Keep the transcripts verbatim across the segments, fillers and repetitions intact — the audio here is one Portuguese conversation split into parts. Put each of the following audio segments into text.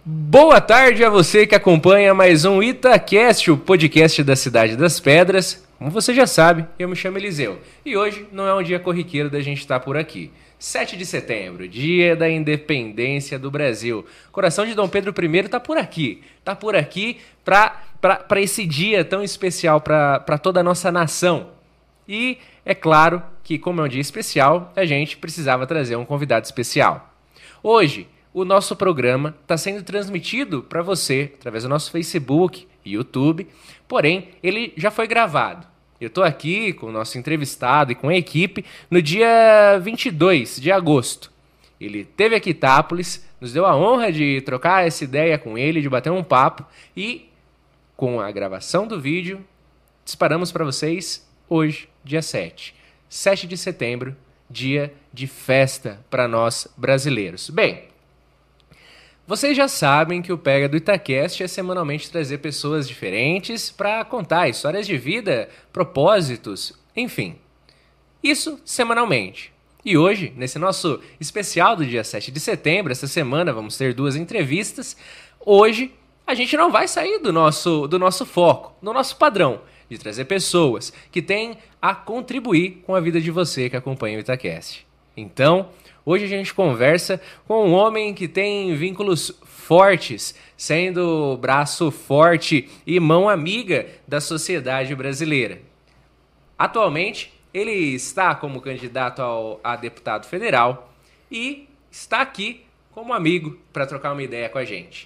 Boa tarde a você que acompanha mais um Itacast, o podcast da Cidade das Pedras. Como você já sabe, eu me chamo Eliseu e hoje não é um dia corriqueiro da gente estar por aqui. sete de setembro, dia da independência do Brasil. Coração de Dom Pedro I está por aqui, está por aqui para esse dia tão especial para toda a nossa nação. E é claro que, como é um dia especial, a gente precisava trazer um convidado especial. Hoje, o nosso programa está sendo transmitido para você através do nosso Facebook e YouTube, porém, ele já foi gravado. Eu estou aqui com o nosso entrevistado e com a equipe no dia vinte e dois de agosto. Ele esteve aqui em Itápolis, nos deu a honra de trocar essa ideia com ele, de bater um papo e, com a gravação do vídeo, disparamos para vocês hoje, dia sete. sete de setembro, dia de festa para nós brasileiros. Bem, vocês já sabem que o Pega do Itacast é semanalmente trazer pessoas diferentes para contar histórias de vida, propósitos, enfim. Isso semanalmente. E hoje, nesse nosso especial do dia sete de setembro, essa semana vamos ter duas entrevistas. Hoje, a gente não vai sair do nosso, do nosso foco, do nosso padrão, de trazer pessoas que têm a contribuir com a vida de você que acompanha o Itacast. Então, hoje a gente conversa com um homem que tem vínculos fortes, sendo braço forte e mão amiga da sociedade brasileira. Atualmente, ele está como candidato ao, a deputado federal e está aqui como amigo para trocar uma ideia com a gente.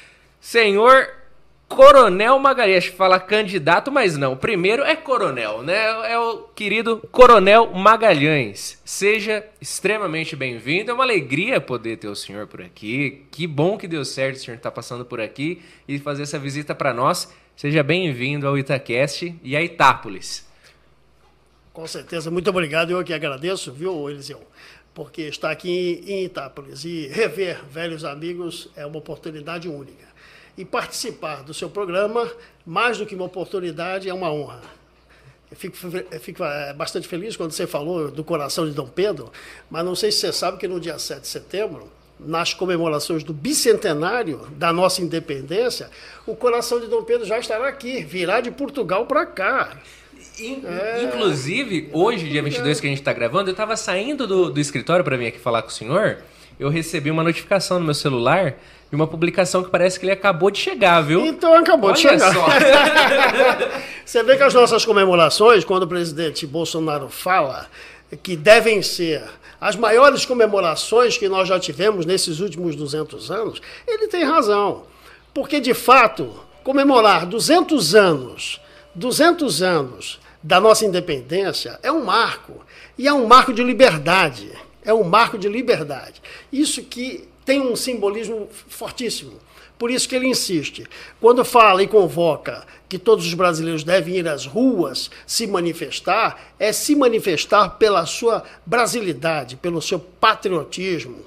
Senhor Coronel Magalhães, fala candidato, mas não. Primeiro é coronel, né? É o querido Coronel Magalhães. Seja extremamente bem-vindo. É uma alegria poder ter o senhor por aqui. Que bom que deu certo o senhor estar passando por aqui e fazer essa visita para nós. Seja bem-vindo ao Itacast e a Itápolis. Com certeza. Muito obrigado. Eu que agradeço, viu, Eliseu? Porque estar aqui em Itápolis e rever velhos amigos é uma oportunidade única. E participar do seu programa, mais do que uma oportunidade, é uma honra. Eu fico, eu fico bastante feliz quando você falou do coração de Dom Pedro, mas não sei se você sabe que no dia sete de setembro, nas comemorações do bicentenário da nossa independência, o coração de Dom Pedro já estará aqui, virá de Portugal para cá. É, Inclusive, hoje, dia vinte e dois, que a gente está gravando, eu estava saindo do, do escritório para vir aqui falar com o senhor, eu recebi uma notificação no meu celular de uma publicação que parece que ele acabou de chegar, viu? Então acabou Olha de chegar. Só. Você vê que as nossas comemorações, quando o presidente Bolsonaro fala que devem ser as maiores comemorações que nós já tivemos nesses últimos duzentos anos, ele tem razão. Porque, de fato, comemorar duzentos anos, duzentos anos da nossa independência é um marco. E é um marco de liberdade. É um marco de liberdade. Isso que tem um simbolismo fortíssimo. Por isso que ele insiste. Quando fala e convoca que todos os brasileiros devem ir às ruas se manifestar, é se manifestar pela sua brasilidade, pelo seu patriotismo.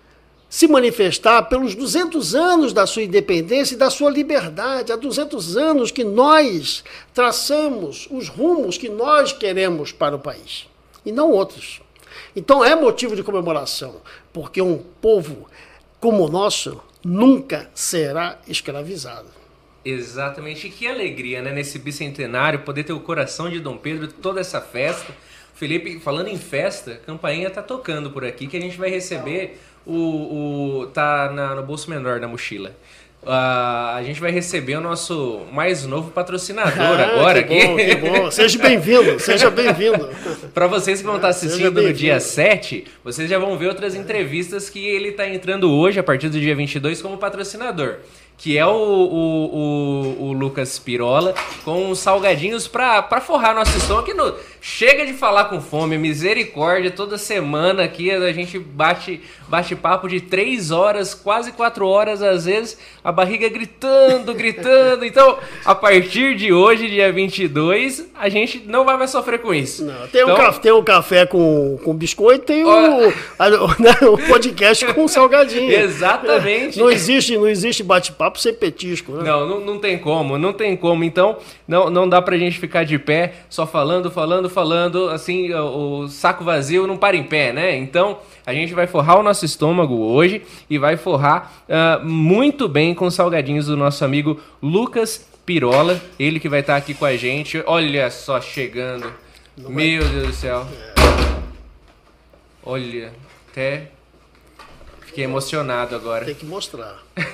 Se manifestar pelos duzentos anos da sua independência e da sua liberdade. Há duzentos anos que nós traçamos os rumos que nós queremos para o país. E não outros. Então é motivo de comemoração, porque um povo como o nosso nunca será escravizado. Exatamente, e que alegria, né, nesse bicentenário, poder ter o coração de Dom Pedro, toda essa festa. Felipe, falando em festa, a campainha tá tocando por aqui, que a gente vai receber o... o tá na, no bolso menor da mochila. Uh, a gente vai receber o nosso mais novo patrocinador ah, agora. Que bom, que bom. Seja bem-vindo, seja bem-vindo. Para vocês que vão estar assistindo no dia sete, vocês já vão ver outras entrevistas que ele está entrando hoje, a partir do dia vinte e dois, como patrocinador. Que é o, o, o, o Lucas Pirola, com os salgadinhos para forrar nosso estômago. Que no, chega de falar com fome, misericórdia, toda semana aqui a gente bate, bate papo de três horas, quase quatro horas, às vezes, a barriga gritando, gritando. Então, a partir de hoje, dia vinte e dois, a gente não vai mais sofrer com isso. Não, tem, então, um café, tem um café com, com biscoito, tem o, o, o podcast com salgadinho. Exatamente. Não existe, não existe bate-papo sem petisco, né? Não, não, não tem como, não tem como. Então, não, não dá pra gente ficar de pé só falando, falando, falando assim, o, o saco vazio não para em pé, né? Então, a gente vai forrar o nosso estômago hoje e vai forrar uh, muito bem com os salgadinhos do nosso amigo Lucas Pirola, ele que vai estar aqui com a gente. Olha só, chegando. Não Meu vai... Deus do céu. É. Olha, até fiquei emocionado agora. Tem que mostrar.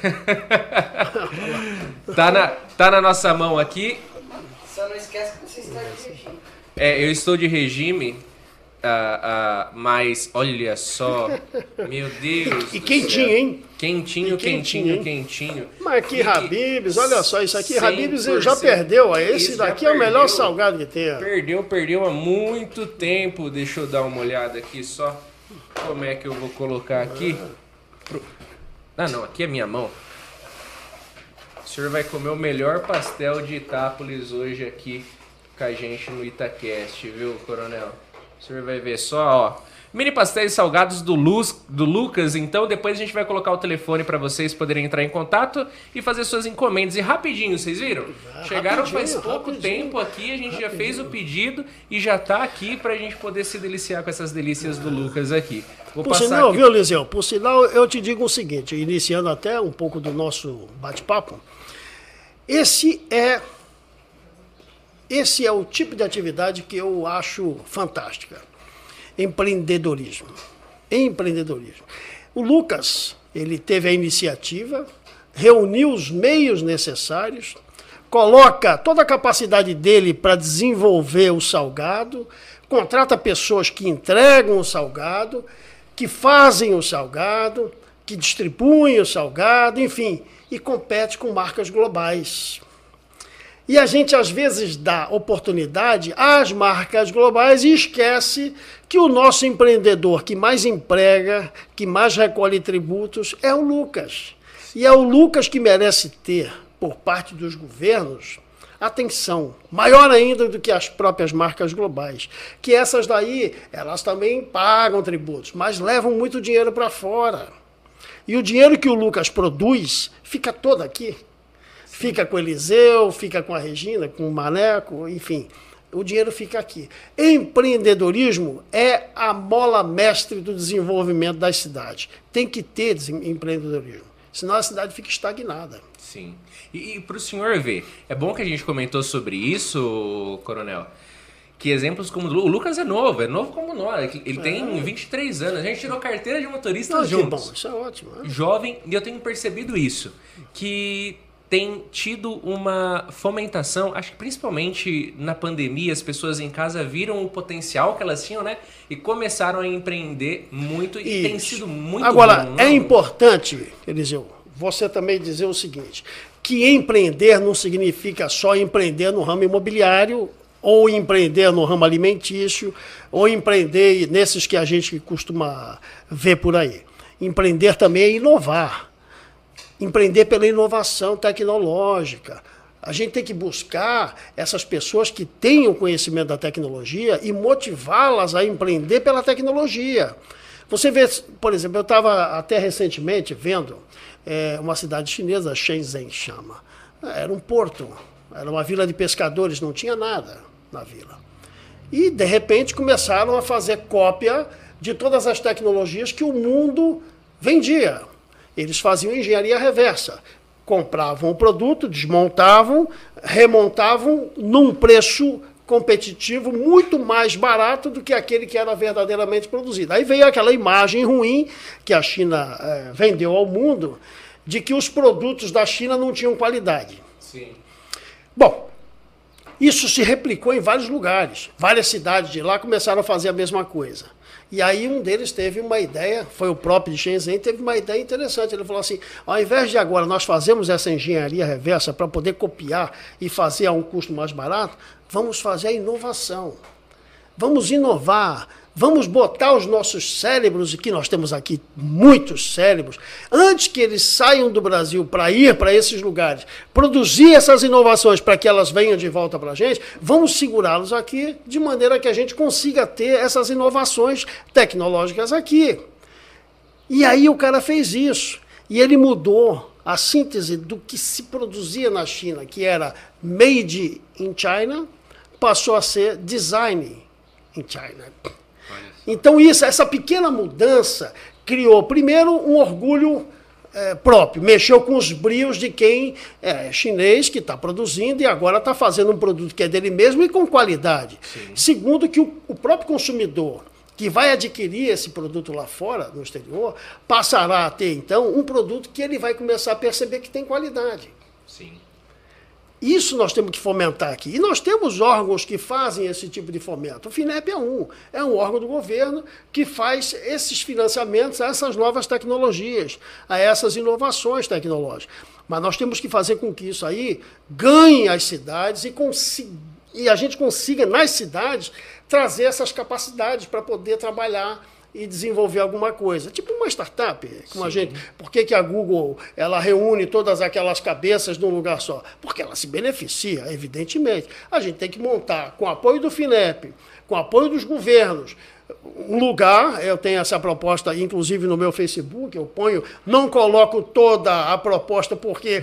tá, na, tá na nossa mão aqui. Só não esquece que você está de regime. É, eu estou de regime, uh, uh, mas olha só, meu Deus. E, e quentinho, céu. hein? Quentinho, e quentinho, quentinho, quentinho. Mas aqui, Habib's, olha só, isso aqui, Habib's já perdeu. Esse daqui é o melhor salgado que tem. Perdeu, perdeu há muito tempo. Deixa eu dar uma olhada aqui só. Como é que eu vou colocar aqui? Ah, não, aqui é minha mão. O senhor vai comer o melhor pastel de Itápolis hoje aqui com a gente no Itacast, viu, coronel? O senhor vai ver só, ó. Mini pastéis salgados do, Luz, do Lucas. Então, depois a gente vai colocar o telefone para vocês poderem entrar em contato e fazer suas encomendas. E rapidinho, vocês viram? Ah, Chegaram faz pouco tempo aqui, a gente rapidinho. já fez o pedido e já tá aqui pra gente poder se deliciar com essas delícias do Lucas aqui. Vou por passar sinal, aqui... viu, Liseu? Por sinal, eu te digo o seguinte, iniciando até um pouco do nosso bate-papo, esse é, esse é o tipo de atividade que eu acho fantástica. Empreendedorismo. Empreendedorismo. O Lucas, ele teve a iniciativa, reuniu os meios necessários, coloca toda a capacidade dele para desenvolver o salgado, contrata pessoas que entregam o salgado, que fazem o salgado, que distribuem o salgado, enfim, e compete com marcas globais. E a gente, às vezes, dá oportunidade às marcas globais e esquece que o nosso empreendedor que mais emprega, que mais recolhe tributos, é o Lucas. E é o Lucas que merece ter, por parte dos governos, atenção, maior ainda do que as próprias marcas globais. Que essas daí, elas também pagam tributos, mas levam muito dinheiro para fora. E o dinheiro que o Lucas produz fica todo aqui. Fica com o Eliseu, fica com a Regina, com o Maneco, enfim, o dinheiro fica aqui. Empreendedorismo é a mola mestre do desenvolvimento das cidades. Tem que ter empreendedorismo, senão a cidade fica estagnada. Sim. E, e para o senhor ver, é bom que a gente comentou sobre isso, coronel, que exemplos como o Lucas é novo, é novo como nós, ele é. tem vinte e três anos, a gente tirou carteira de motorista Não, juntos. Que bom, isso é ótimo. É? Jovem, e eu tenho percebido isso, que tem tido uma fomentação, acho que principalmente na pandemia, as pessoas em casa viram o potencial que elas tinham, né? E começaram a empreender muito e Isso. tem sido muito Agora, bom. Agora, é importante, Eliseu, você também dizer o seguinte, que empreender não significa só empreender no ramo imobiliário, ou empreender no ramo alimentício, ou empreender nesses que a gente costuma ver por aí. Empreender também é inovar. Empreender pela inovação tecnológica. A gente tem que buscar essas pessoas que tenham conhecimento da tecnologia e motivá-las a empreender pela tecnologia. Você vê, por exemplo, eu estava até recentemente vendo é, uma cidade chinesa, Shenzhen chama. Era um porto, era uma vila de pescadores, não tinha nada na vila. E, de repente, começaram a fazer cópia de todas as tecnologias que o mundo vendia. Eles faziam engenharia reversa. Compravam o produto, desmontavam, remontavam num preço competitivo muito mais barato do que aquele que era verdadeiramente produzido. Aí veio aquela imagem ruim que a China eh, vendeu ao mundo de que os produtos da China não tinham qualidade. Sim. Bom, isso se replicou em vários lugares. Várias cidades de lá começaram a fazer a mesma coisa. E aí um deles teve uma ideia, foi o próprio de Shenzhen, teve uma ideia interessante. Ele falou assim, ao invés de agora nós fazermos essa engenharia reversa para poder copiar e fazer a um custo mais barato, vamos fazer a inovação. Vamos inovar, vamos botar os nossos cérebros, e que nós temos aqui muitos cérebros, antes que eles saiam do Brasil para ir para esses lugares, produzir essas inovações para que elas venham de volta para a gente, vamos segurá-los aqui de maneira que a gente consiga ter essas inovações tecnológicas aqui. E aí o cara fez isso. E ele mudou a síntese do que se produzia na China, que era made in China, passou a ser design in China. Então, isso, essa pequena mudança criou, primeiro, um orgulho é, próprio, mexeu com os brios de quem é chinês, que está produzindo e agora está fazendo um produto que é dele mesmo e com qualidade. Sim. Segundo, que o, o próprio consumidor que vai adquirir esse produto lá fora, no exterior, passará a ter, então, um produto que ele vai começar a perceber que tem qualidade. Sim. Isso nós temos que fomentar aqui. E nós temos órgãos que fazem esse tipo de fomento. O FINEP é um. É um órgão do governo que faz esses financiamentos a essas novas tecnologias, a essas inovações tecnológicas. Mas nós temos que fazer com que isso aí ganhe as cidades e, consiga, e a gente consiga, nas cidades, trazer essas capacidades para poder trabalhar e desenvolver alguma coisa. Tipo uma startup, como a gente. Por que, que a Google ela reúne todas aquelas cabeças num lugar só? Porque ela se beneficia, evidentemente. A gente tem que montar, com o apoio do FINEP, com o apoio dos governos, um lugar. Eu tenho essa proposta, inclusive no meu Facebook, eu ponho, não coloco toda a proposta, porque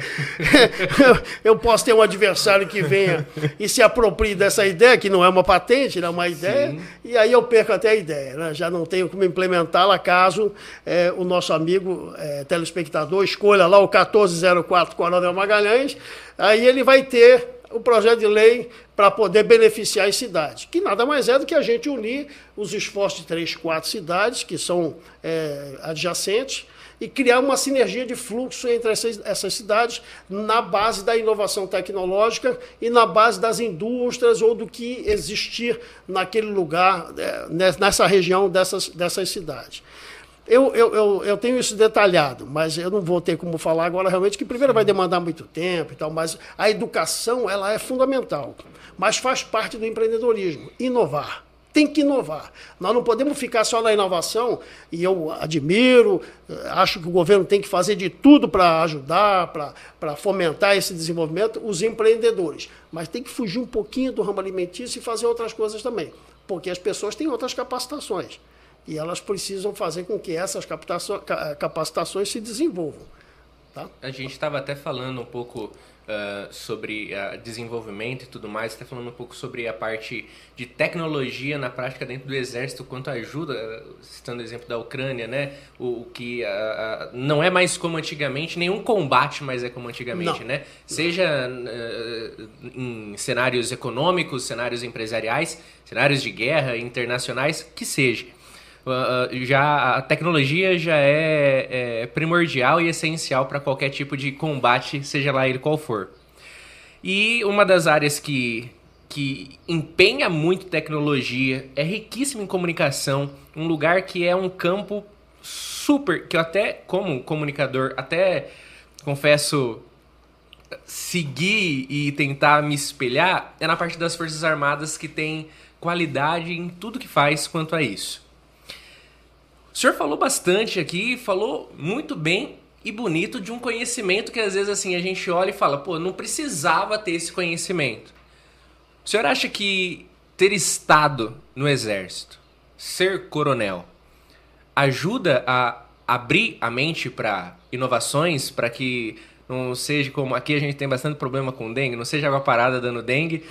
eu posso ter um adversário que venha e se aproprie dessa ideia, que não é uma patente, não é uma ideia, Sim. e aí eu perco até a ideia, né? Já não tenho como implementá-la caso é, o nosso amigo é, telespectador escolha lá o quatorze zero quatro Coronel Magalhães, aí ele vai ter o projeto de lei para poder beneficiar as cidades, que nada mais é do que a gente unir os esforços de três, quatro cidades, que são é, adjacentes, e criar uma sinergia de fluxo entre essas, essas cidades na base da inovação tecnológica e na base das indústrias ou do que existir naquele lugar, é, nessa região dessas, dessas cidades. Eu, eu, eu, eu tenho isso detalhado, mas eu não vou ter como falar agora realmente, que primeiro vai demandar muito tempo e tal, mas a educação ela é fundamental, mas faz parte do empreendedorismo, inovar. Tem que inovar. Nós não podemos ficar só na inovação, e eu admiro, acho que o governo tem que fazer de tudo para ajudar, para fomentar esse desenvolvimento, os empreendedores. Mas tem que fugir um pouquinho do ramo alimentício e fazer outras coisas também, porque as pessoas têm outras capacitações. E elas precisam fazer com que essas capacitações se desenvolvam. Tá? A gente estava até falando um pouco uh, sobre uh, desenvolvimento e tudo mais, até falando um pouco sobre a parte de tecnologia na prática dentro do Exército, quanto ajuda, uh, citando o exemplo da Ucrânia, né? O, o que uh, uh, não é mais como antigamente, nenhum combate mais é como antigamente, não. né? Seja uh, em cenários econômicos, cenários empresariais, cenários de guerra internacionais, que seja. Uh, já a tecnologia já é, é primordial e essencial para qualquer tipo de combate, seja lá ele qual for. E uma das áreas que, que empenha muito tecnologia, é riquíssima em comunicação, um lugar que é um campo super, que eu até, como comunicador, até confesso, seguir e tentar me espelhar, é na parte das Forças Armadas, que tem qualidade em tudo que faz quanto a isso. O senhor falou bastante aqui, falou muito bem e bonito de um conhecimento que às vezes assim a gente olha e fala, pô, não precisava ter esse conhecimento. O senhor acha que ter estado no Exército, ser coronel, ajuda a abrir a mente para inovações, para que não seja como... Aqui a gente tem bastante problema com dengue, não seja água parada dando dengue.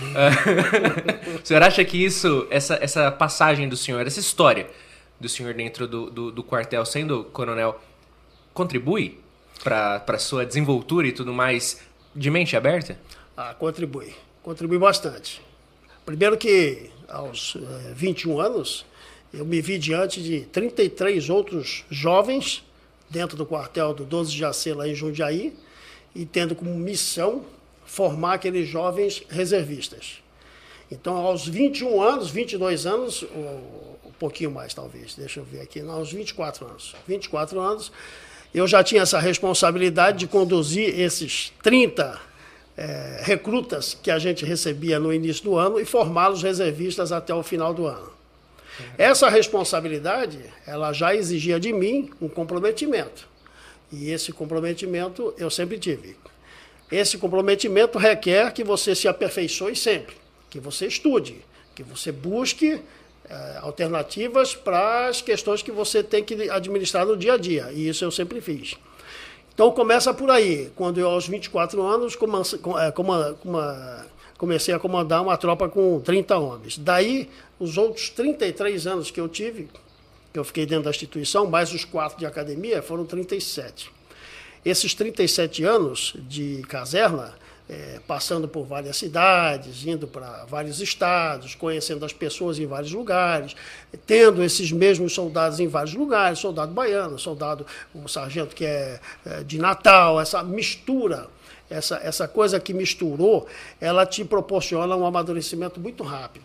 O senhor acha que isso, essa, essa passagem do senhor, essa história do senhor dentro do, do, do quartel, sendo coronel, contribui para a sua desenvoltura e tudo mais de mente aberta? Ah, contribui. Contribui bastante. Primeiro que aos eh, vinte e um anos, eu me vi diante de trinta e três outros jovens dentro do quartel do doze de A C lá em Jundiaí e tendo como missão formar aqueles jovens reservistas. Então, aos vinte e um anos, vinte e dois anos, um pouquinho mais talvez, deixa eu ver aqui, não, aos vinte e quatro anos. vinte e quatro anos, eu já tinha essa responsabilidade de conduzir esses trinta é, recrutas que a gente recebia no início do ano e formá-los reservistas até o final do ano. Essa responsabilidade, ela já exigia de mim um comprometimento. E esse comprometimento eu sempre tive. Esse comprometimento requer que você se aperfeiçoe sempre, que você estude, que você busque é, alternativas para as questões que você tem que administrar no dia a dia. E isso eu sempre fiz. Então começa por aí, quando eu aos vinte e quatro anos, com uma, com uma, com uma, comecei a comandar uma tropa com trinta homens. Daí, os outros trinta e três anos que eu tive, que eu fiquei dentro da instituição, mais os quatro de academia, foram trinta e sete. Esses trinta e sete anos de caserna, é, passando por várias cidades, indo para vários estados, conhecendo as pessoas em vários lugares, tendo esses mesmos soldados em vários lugares, soldado baiano, soldado, o sargento que é, é de Natal, essa mistura, essa, essa coisa que misturou, ela te proporciona um amadurecimento muito rápido,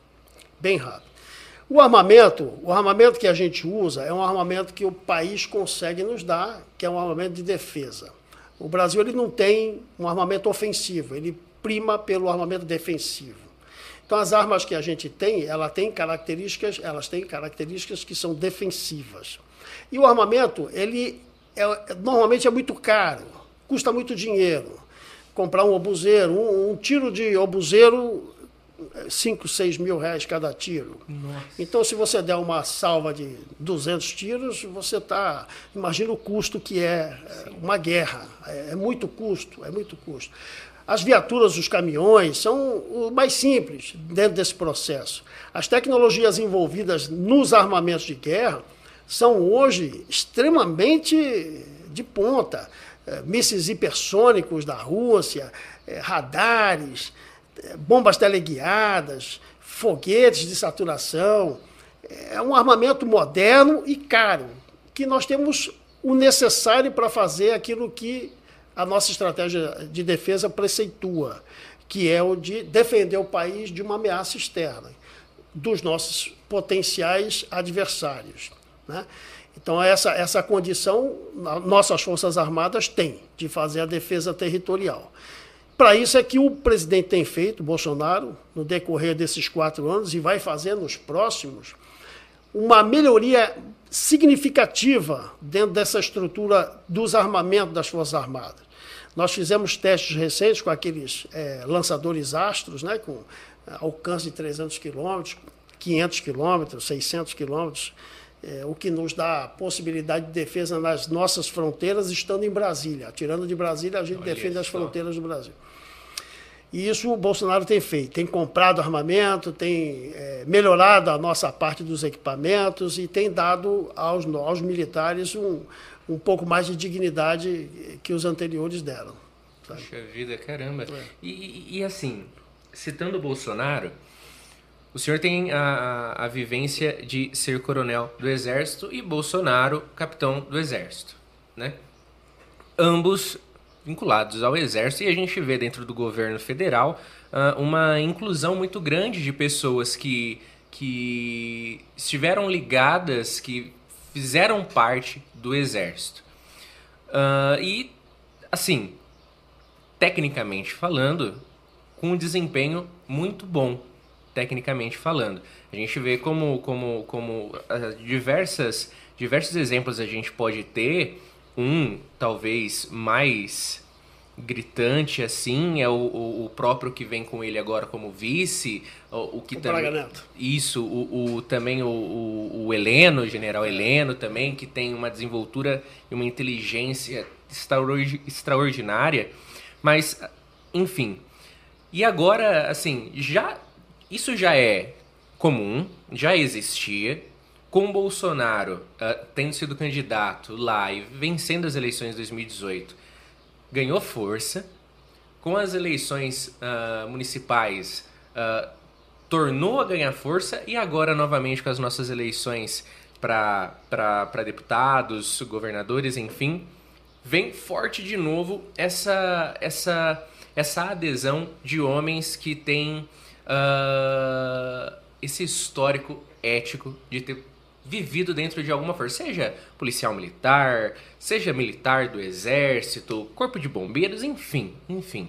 bem rápido. O armamento, o armamento que a gente usa é um armamento que o país consegue nos dar, que é um armamento de defesa. O Brasil ele não tem um armamento ofensivo, ele prima pelo armamento defensivo. Então as armas que a gente tem, ela tem características, elas têm características que são defensivas. E o armamento, ele é, normalmente é muito caro, custa muito dinheiro. Comprar um obuseiro, um, um tiro de obuseiro, cinco, seis mil reais cada tiro. Nossa. Então, se você der uma salva de duzentos tiros, você está... Imagina o custo que é uma guerra. É muito custo, é muito custo. As viaturas, os caminhões, são o mais simples dentro desse processo. As tecnologias envolvidas nos armamentos de guerra são hoje extremamente de ponta. É, mísseis hipersônicos da Rússia, é, radares, bombas teleguiadas, foguetes de saturação. É um armamento moderno e caro, que nós temos o necessário para fazer aquilo que a nossa estratégia de defesa preceitua, que é o de defender o país de uma ameaça externa, dos nossos potenciais adversários, né? Então, essa, essa condição, nossas Forças Armadas têm, de fazer a defesa territorial. Para isso é que o presidente tem feito, Bolsonaro, no decorrer desses quatro anos, e vai fazer nos próximos, uma melhoria significativa dentro dessa estrutura dos armamentos das Forças Armadas. Nós fizemos testes recentes com aqueles é, lançadores astros, né, com alcance de trezentos quilômetros, quinhentos quilômetros, seiscentos quilômetros, é, o que nos dá a possibilidade de defesa nas nossas fronteiras, estando em Brasília. Tirando de Brasília, a gente Olha defende as fronteiras do Brasil. E isso o Bolsonaro tem feito, tem comprado armamento, tem é, melhorado a nossa parte dos equipamentos e tem dado aos, aos militares um, um pouco mais de dignidade que os anteriores deram. Sabe? Puxa vida, caramba. É. E, e assim, citando o Bolsonaro, o senhor tem a, a vivência de ser coronel do Exército e Bolsonaro, capitão do Exército, né? Ambos vinculados ao Exército, e a gente vê dentro do governo federal uh, uma inclusão muito grande de pessoas que, que estiveram ligadas, que fizeram parte do Exército. Uh, e, assim, tecnicamente falando, com um desempenho muito bom, tecnicamente falando. A gente vê como, como, como uh, diversas, diversos exemplos a gente pode ter. Um, talvez, mais gritante, assim, é o, o, o próprio que vem com ele agora como vice. O, o que o também, Braga Neto. Isso, o, o, também o, o, o Heleno, o general Heleno também, que tem uma desenvoltura e uma inteligência extraordinária. Mas, enfim. E agora, assim, já, isso já é comum, já existia. Com o Bolsonaro uh, tendo sido candidato lá e vencendo as eleições de dois mil e dezoito, ganhou força. Com as eleições uh, municipais, uh, tornou a ganhar força. E agora, novamente, com as nossas eleições para deputados, governadores, enfim, vem forte de novo essa, essa, essa adesão de homens que têm uh, esse histórico ético de ter vivido dentro de alguma força, seja policial militar, seja militar do exército, corpo de bombeiros, enfim, enfim.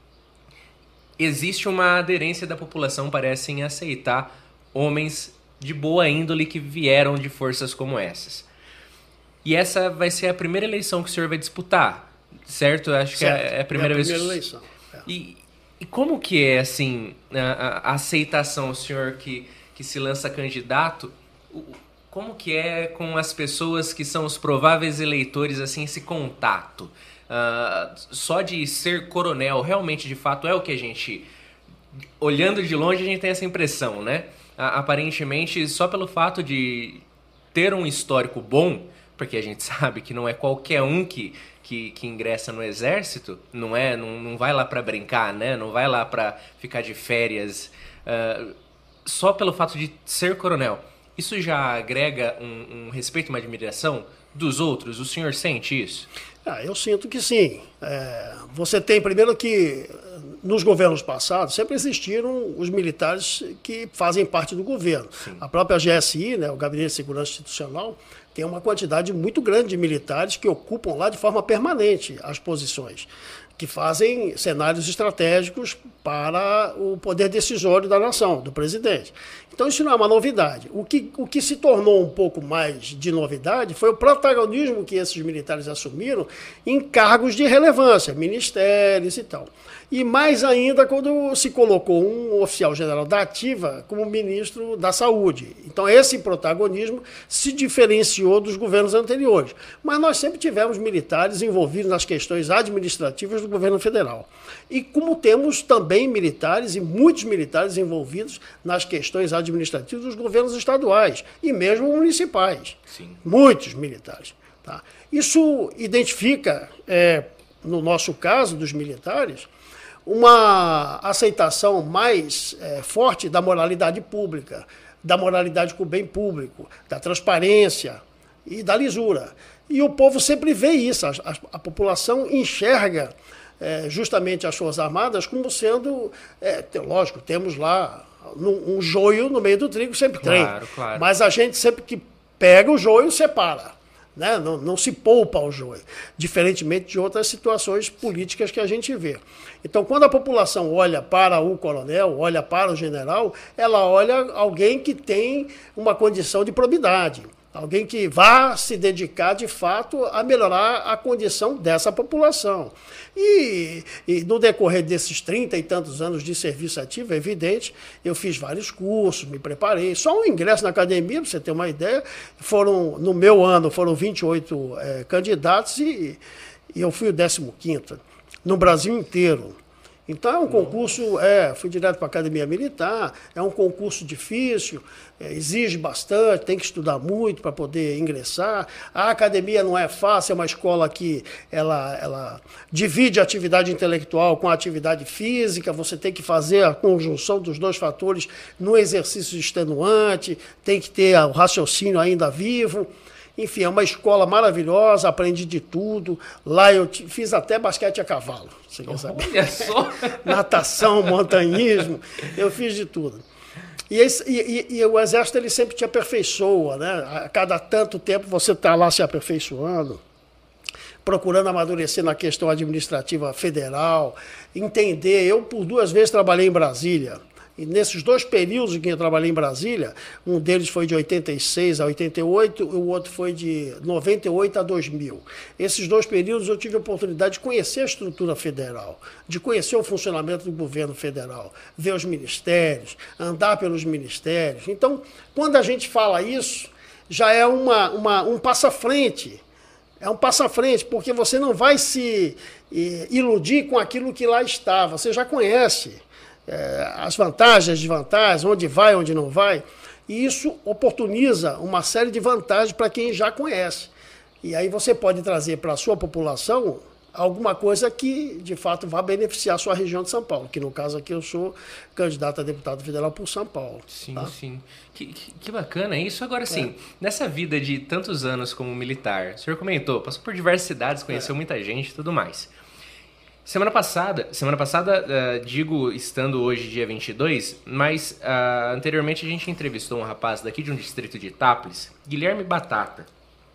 Existe uma aderência da população, parece, em aceitar homens de boa índole que vieram de forças como essas. E essa vai ser a primeira eleição que o senhor vai disputar, certo? Eu acho certo. que é a primeira, é a vez. primeira eleição. É. E, e como que é, assim, a, a aceitação, o senhor que, que se lança candidato? Como que é com as pessoas que são os prováveis eleitores, assim, esse contato? Uh, só de ser coronel, realmente, de fato, é o que a gente olhando de longe a gente tem essa impressão, né? Aparentemente, só pelo fato de ter um histórico bom, porque a gente sabe que não é qualquer um que, que, que ingressa no exército, não é, não, não vai lá para brincar, né? Não vai lá para ficar de férias, uh, só pelo fato de ser coronel. Isso já agrega um, um respeito, uma admiração dos outros? O senhor sente isso? Ah, eu sinto que sim. É, você tem, primeiro, que nos governos passados sempre existiram os militares que fazem parte do governo. Sim. A própria G S I, né, o Gabinete de Segurança Institucional, tem uma quantidade muito grande de militares que ocupam lá de forma permanente as posições, que fazem cenários estratégicos para o poder decisório da nação, do presidente. Então isso não é uma novidade. O que, o que se tornou um pouco mais de novidade foi o protagonismo que esses militares assumiram em cargos de relevância, ministérios e tal. E mais ainda quando se colocou um oficial-general da ativa como ministro da Saúde. Então esse protagonismo se diferenciou dos governos anteriores. Mas nós sempre tivemos militares envolvidos nas questões administrativas do governo federal. E como temos também militares e muitos militares envolvidos nas questões administrativas dos governos estaduais e mesmo municipais. Sim. Muitos militares. Tá? Isso identifica, é, no nosso caso dos militares, uma aceitação mais é, forte da moralidade pública, da moralidade com o bem público, da transparência e da lisura. E o povo sempre vê isso, a, a, a população enxerga é, justamente as Forças Armadas como sendo, é, lógico, temos lá um, um joio no meio do trigo, sempre claro, tem, claro. Mas a gente sempre que pega o joio, separa. Né? Não, não se poupa o joio, diferentemente de outras situações políticas que a gente vê. Então, quando a população olha para o coronel, olha para o general, ela olha alguém que tem uma condição de probidade, alguém que vá se dedicar, de fato, a melhorar a condição dessa população. E, e no decorrer desses trinta e tantos anos de serviço ativo, é evidente, eu fiz vários cursos, me preparei. Só um ingresso na academia, para você ter uma ideia, foram, no meu ano, foram vinte e oito é, candidatos e, e eu fui o décimo quinto, no Brasil inteiro. Então é um concurso, é, fui direto para a Academia Militar, é um concurso difícil, é, exige bastante, tem que estudar muito para poder ingressar. A academia não é fácil, é uma escola que ela, ela divide a atividade intelectual com a atividade física, você tem que fazer a conjunção dos dois fatores no exercício extenuante, tem que ter o raciocínio ainda vivo. Enfim, é uma escola maravilhosa, aprendi de tudo. Lá eu fiz até basquete a cavalo, você quer saber? Olha só! Natação, montanhismo, eu fiz de tudo. E, esse, e, e, e o Exército ele sempre te aperfeiçoa, né? A cada tanto tempo você está lá se aperfeiçoando, procurando amadurecer na questão administrativa federal, entender. Eu, por duas vezes, trabalhei em Brasília. E nesses dois períodos em que eu trabalhei em Brasília, um deles foi de oitenta e seis a oitenta e oito, e o outro foi de noventa e oito a dois mil. Esses dois períodos eu tive a oportunidade de conhecer a estrutura federal, de conhecer o funcionamento do governo federal, ver os ministérios, andar pelos ministérios. Então, quando a gente fala isso, já é uma, uma, um passo à frente. É um passo à frente, porque você não vai se eh, iludir com aquilo que lá está, você já conhece. É, as vantagens, as desvantagens, onde vai, onde não vai, e isso oportuniza uma série de vantagens para quem já conhece. E aí você pode trazer para a sua população alguma coisa que, de fato, vá beneficiar a sua região de São Paulo, que no caso aqui eu sou candidato a deputado federal por São Paulo. Sim, tá? sim. Que, que, que bacana isso. Agora, sim, é. Nessa vida de tantos anos como militar, o senhor comentou, passou por diversas cidades, conheceu é. muita gente e tudo mais. Semana passada, semana passada, uh, digo estando hoje dia vinte e dois, mas uh, anteriormente a gente entrevistou um rapaz daqui de um distrito de Itápolis, Guilherme Batata.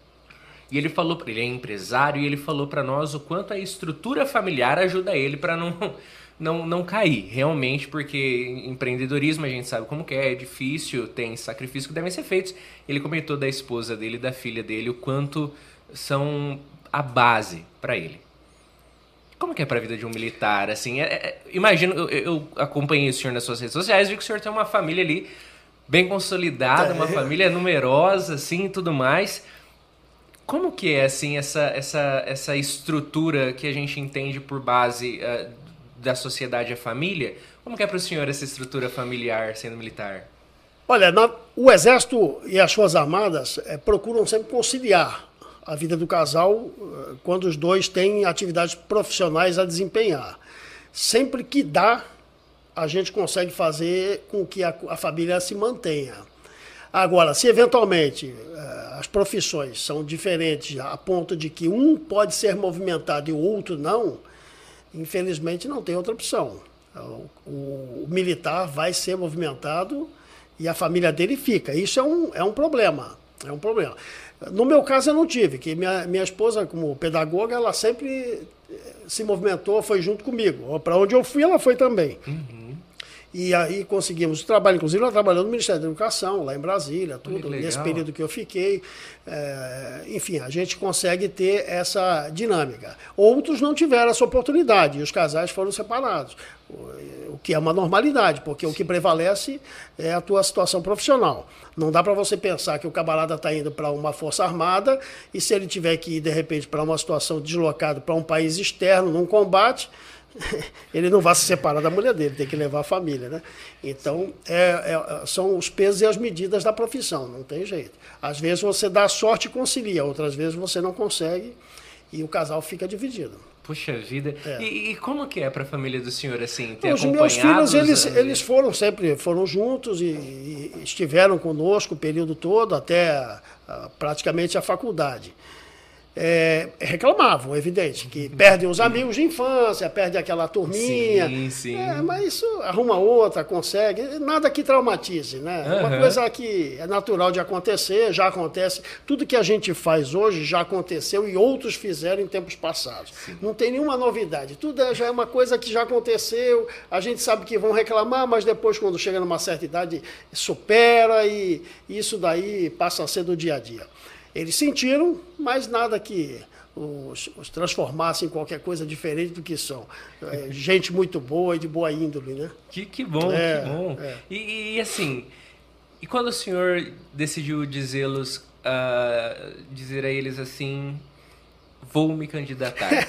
E ele falou, ele é empresário e ele falou para nós o quanto a estrutura familiar ajuda ele para não, não, não cair, realmente, porque empreendedorismo a gente sabe como que é, é difícil, tem sacrifícios que devem ser feitos. Ele comentou da esposa dele, da filha dele, o quanto são a base para ele. Como que é para a vida de um militar? Assim, é, é, imagino, eu, eu acompanhei o senhor nas suas redes sociais, vi que o senhor tem uma família ali bem consolidada, é. uma família numerosa, assim, e tudo mais. Como que é, assim, essa, essa, essa estrutura que a gente entende por base uh, da sociedade a família. Como que é para o senhor essa estrutura familiar sendo militar? Olha, na, o Exército e as Forças Armadas é, procuram sempre conciliar a vida do casal quando os dois têm atividades profissionais a desempenhar. Sempre que dá, a gente consegue fazer com que a, a família se mantenha. Agora, se eventualmente as profissões são diferentes a ponto de que um pode ser movimentado e o outro não, infelizmente não tem outra opção. O, o, o militar vai ser movimentado e a família dele fica. Isso é um, é um problema. É um problema. No meu caso, eu não tive, que minha, minha esposa, como pedagoga, ela sempre se movimentou, foi junto comigo. Para onde eu fui, ela foi também. Uhum. E aí conseguimos o trabalho, inclusive ela trabalhou no Ministério da Educação, lá em Brasília, tudo, nesse período que eu fiquei. É, enfim, a gente consegue ter essa dinâmica. Outros não tiveram essa oportunidade, e os casais foram separados, o, o que é uma normalidade, porque Sim. o que prevalece é a tua situação profissional. Não dá para você pensar que o camarada está indo para uma força armada e se ele tiver que ir, de repente, para uma situação deslocada para um país externo, num combate, ele não vai se separar da mulher dele, tem que levar a família, né? Então, é, é, são os pesos e as medidas da profissão, não tem jeito. Às vezes você dá sorte e concilia, outras vezes você não consegue e o casal fica dividido. Puxa vida. É. E, e como que é para a família do senhor, assim, ter Os meus filhos, eles, eles foram sempre, foram juntos e, e estiveram conosco o período todo, até a, a, praticamente a faculdade. É, reclamavam, evidente, que perdem os amigos de infância, perde aquela turminha. Sim, sim. É, mas isso arruma outra, consegue. Nada que traumatize, né? Uhum. Uma coisa que é natural de acontecer, já acontece. Tudo que a gente faz hoje já aconteceu e outros fizeram em tempos passados. Sim. Não tem nenhuma novidade. Tudo é, já é uma coisa que já aconteceu. A gente sabe que vão reclamar, mas depois, quando chega numa certa idade, supera e isso daí passa a ser do dia a dia. Eles sentiram, mas nada que os, os transformasse em qualquer coisa diferente do que são. É, gente muito boa e de boa índole, né? Que, que bom, é, que bom. É. E, e assim, e quando o senhor decidiu dizê-los, uh, dizer a eles assim, vou me candidatar?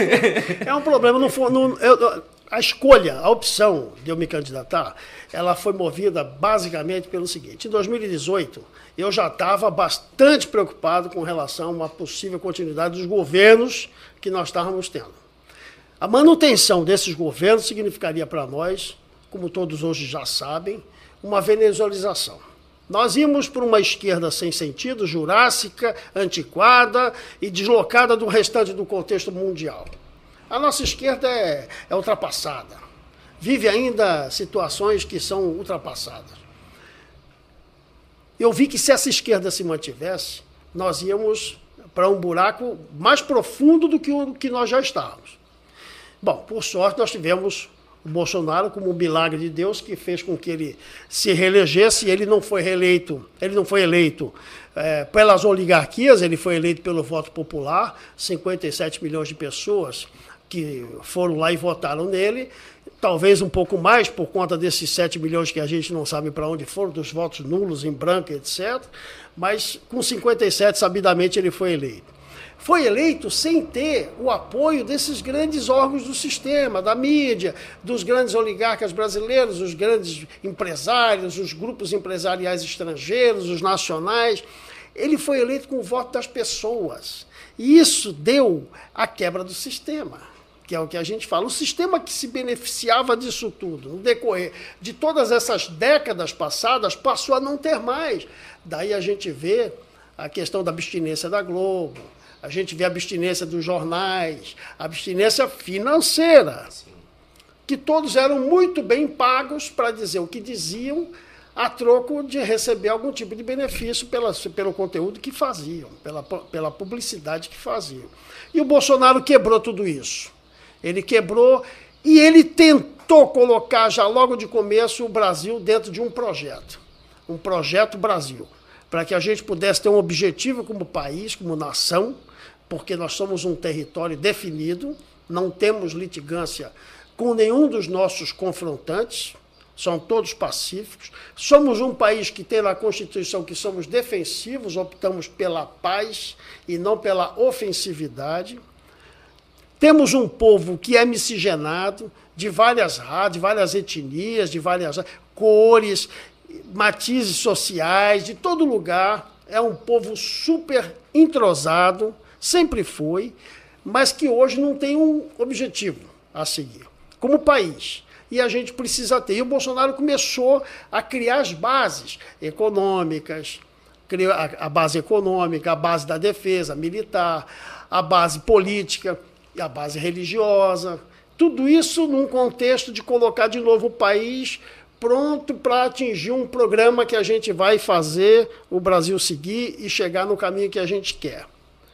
É um problema, não for, não, eu, a escolha, a opção de eu me candidatar, ela foi movida basicamente pelo seguinte: em dois mil e dezoito, eu já estava bastante preocupado com relação a uma possível continuidade dos governos que nós estávamos tendo. A manutenção desses governos significaria para nós, como todos hoje já sabem, uma venezuelização. Nós íamos por uma esquerda sem sentido, jurássica, antiquada e deslocada do restante do contexto mundial. A nossa esquerda é, é ultrapassada. Vive ainda situações que são ultrapassadas. Eu vi que se essa esquerda se mantivesse, nós íamos para um buraco mais profundo do que o que nós já estávamos. Bom, por sorte, nós tivemos o Bolsonaro como um milagre de Deus que fez com que ele se reelegesse. Ele não foi reeleito, ele não foi eleito é, pelas oligarquias, ele foi eleito pelo voto popular, cinquenta e sete milhões de pessoas que foram lá e votaram nele, talvez um pouco mais por conta desses sete milhões que a gente não sabe para onde foram, dos votos nulos, em branco, etcétera, mas com cinquenta e sete, sabidamente, ele foi eleito. Foi eleito sem ter o apoio desses grandes órgãos do sistema, da mídia, dos grandes oligarcas brasileiros, os grandes empresários, os grupos empresariais estrangeiros, os nacionais. Ele foi eleito com o voto das pessoas. E isso deu a quebra do sistema, que é o que a gente fala. O sistema que se beneficiava disso tudo, no decorrer de todas essas décadas passadas, passou a não ter mais. Daí a gente vê a questão da abstinência da Globo, a gente vê a abstinência dos jornais, a abstinência financeira, que todos eram muito bem pagos para dizer o que diziam, a troco de receber algum tipo de benefício pela, pelo conteúdo que faziam, pela, pela publicidade que faziam. E o Bolsonaro quebrou tudo isso. Ele quebrou e ele tentou colocar já logo de começo o Brasil dentro de um projeto, um projeto Brasil, para que a gente pudesse ter um objetivo como país, como nação, porque nós somos um território definido, não temos litigância com nenhum dos nossos confrontantes, são todos pacíficos. Somos um país que tem na Constituição que somos defensivos, optamos pela paz e não pela ofensividade. Temos um povo que é miscigenado, de várias raças, de várias etnias, de várias cores, matizes sociais, de todo lugar. É um povo super entrosado, sempre foi, mas que hoje não tem um objetivo a seguir, como país. E a gente precisa ter. E o Bolsonaro começou a criar as bases econômicas, criou a base econômica, a base da defesa militar, a base política, a base religiosa. Tudo isso num contexto de colocar de novo o país pronto para atingir um programa que a gente vai fazer o Brasil seguir e chegar no caminho que a gente quer.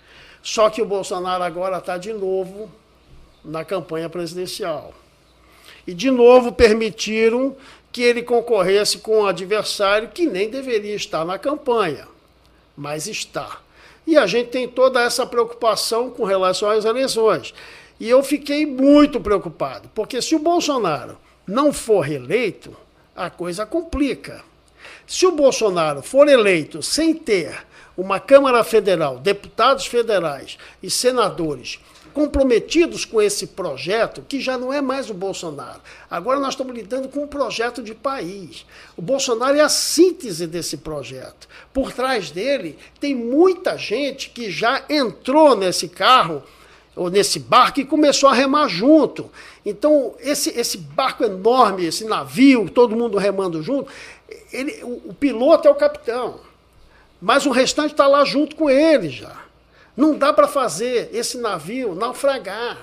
Só que o Bolsonaro agora está de novo na campanha presidencial. E, de novo, permitiram que ele concorresse com um adversário que nem deveria estar na campanha, mas está. E a gente tem toda essa preocupação com relação às eleições. E eu fiquei muito preocupado, porque se o Bolsonaro não for reeleito, a coisa complica. Se o Bolsonaro for eleito sem ter uma Câmara Federal, deputados federais e senadores comprometidos com esse projeto, que já não é mais o Bolsonaro. Agora nós estamos lidando com um projeto de país. O Bolsonaro é a síntese desse projeto. Por trás dele tem muita gente que já entrou nesse carro, ou nesse barco, e começou a remar junto. Então, esse, esse barco enorme, esse navio, todo mundo remando junto, ele, o, o piloto é o capitão, mas o restante está lá junto com ele já. Não dá para fazer esse navio naufragar.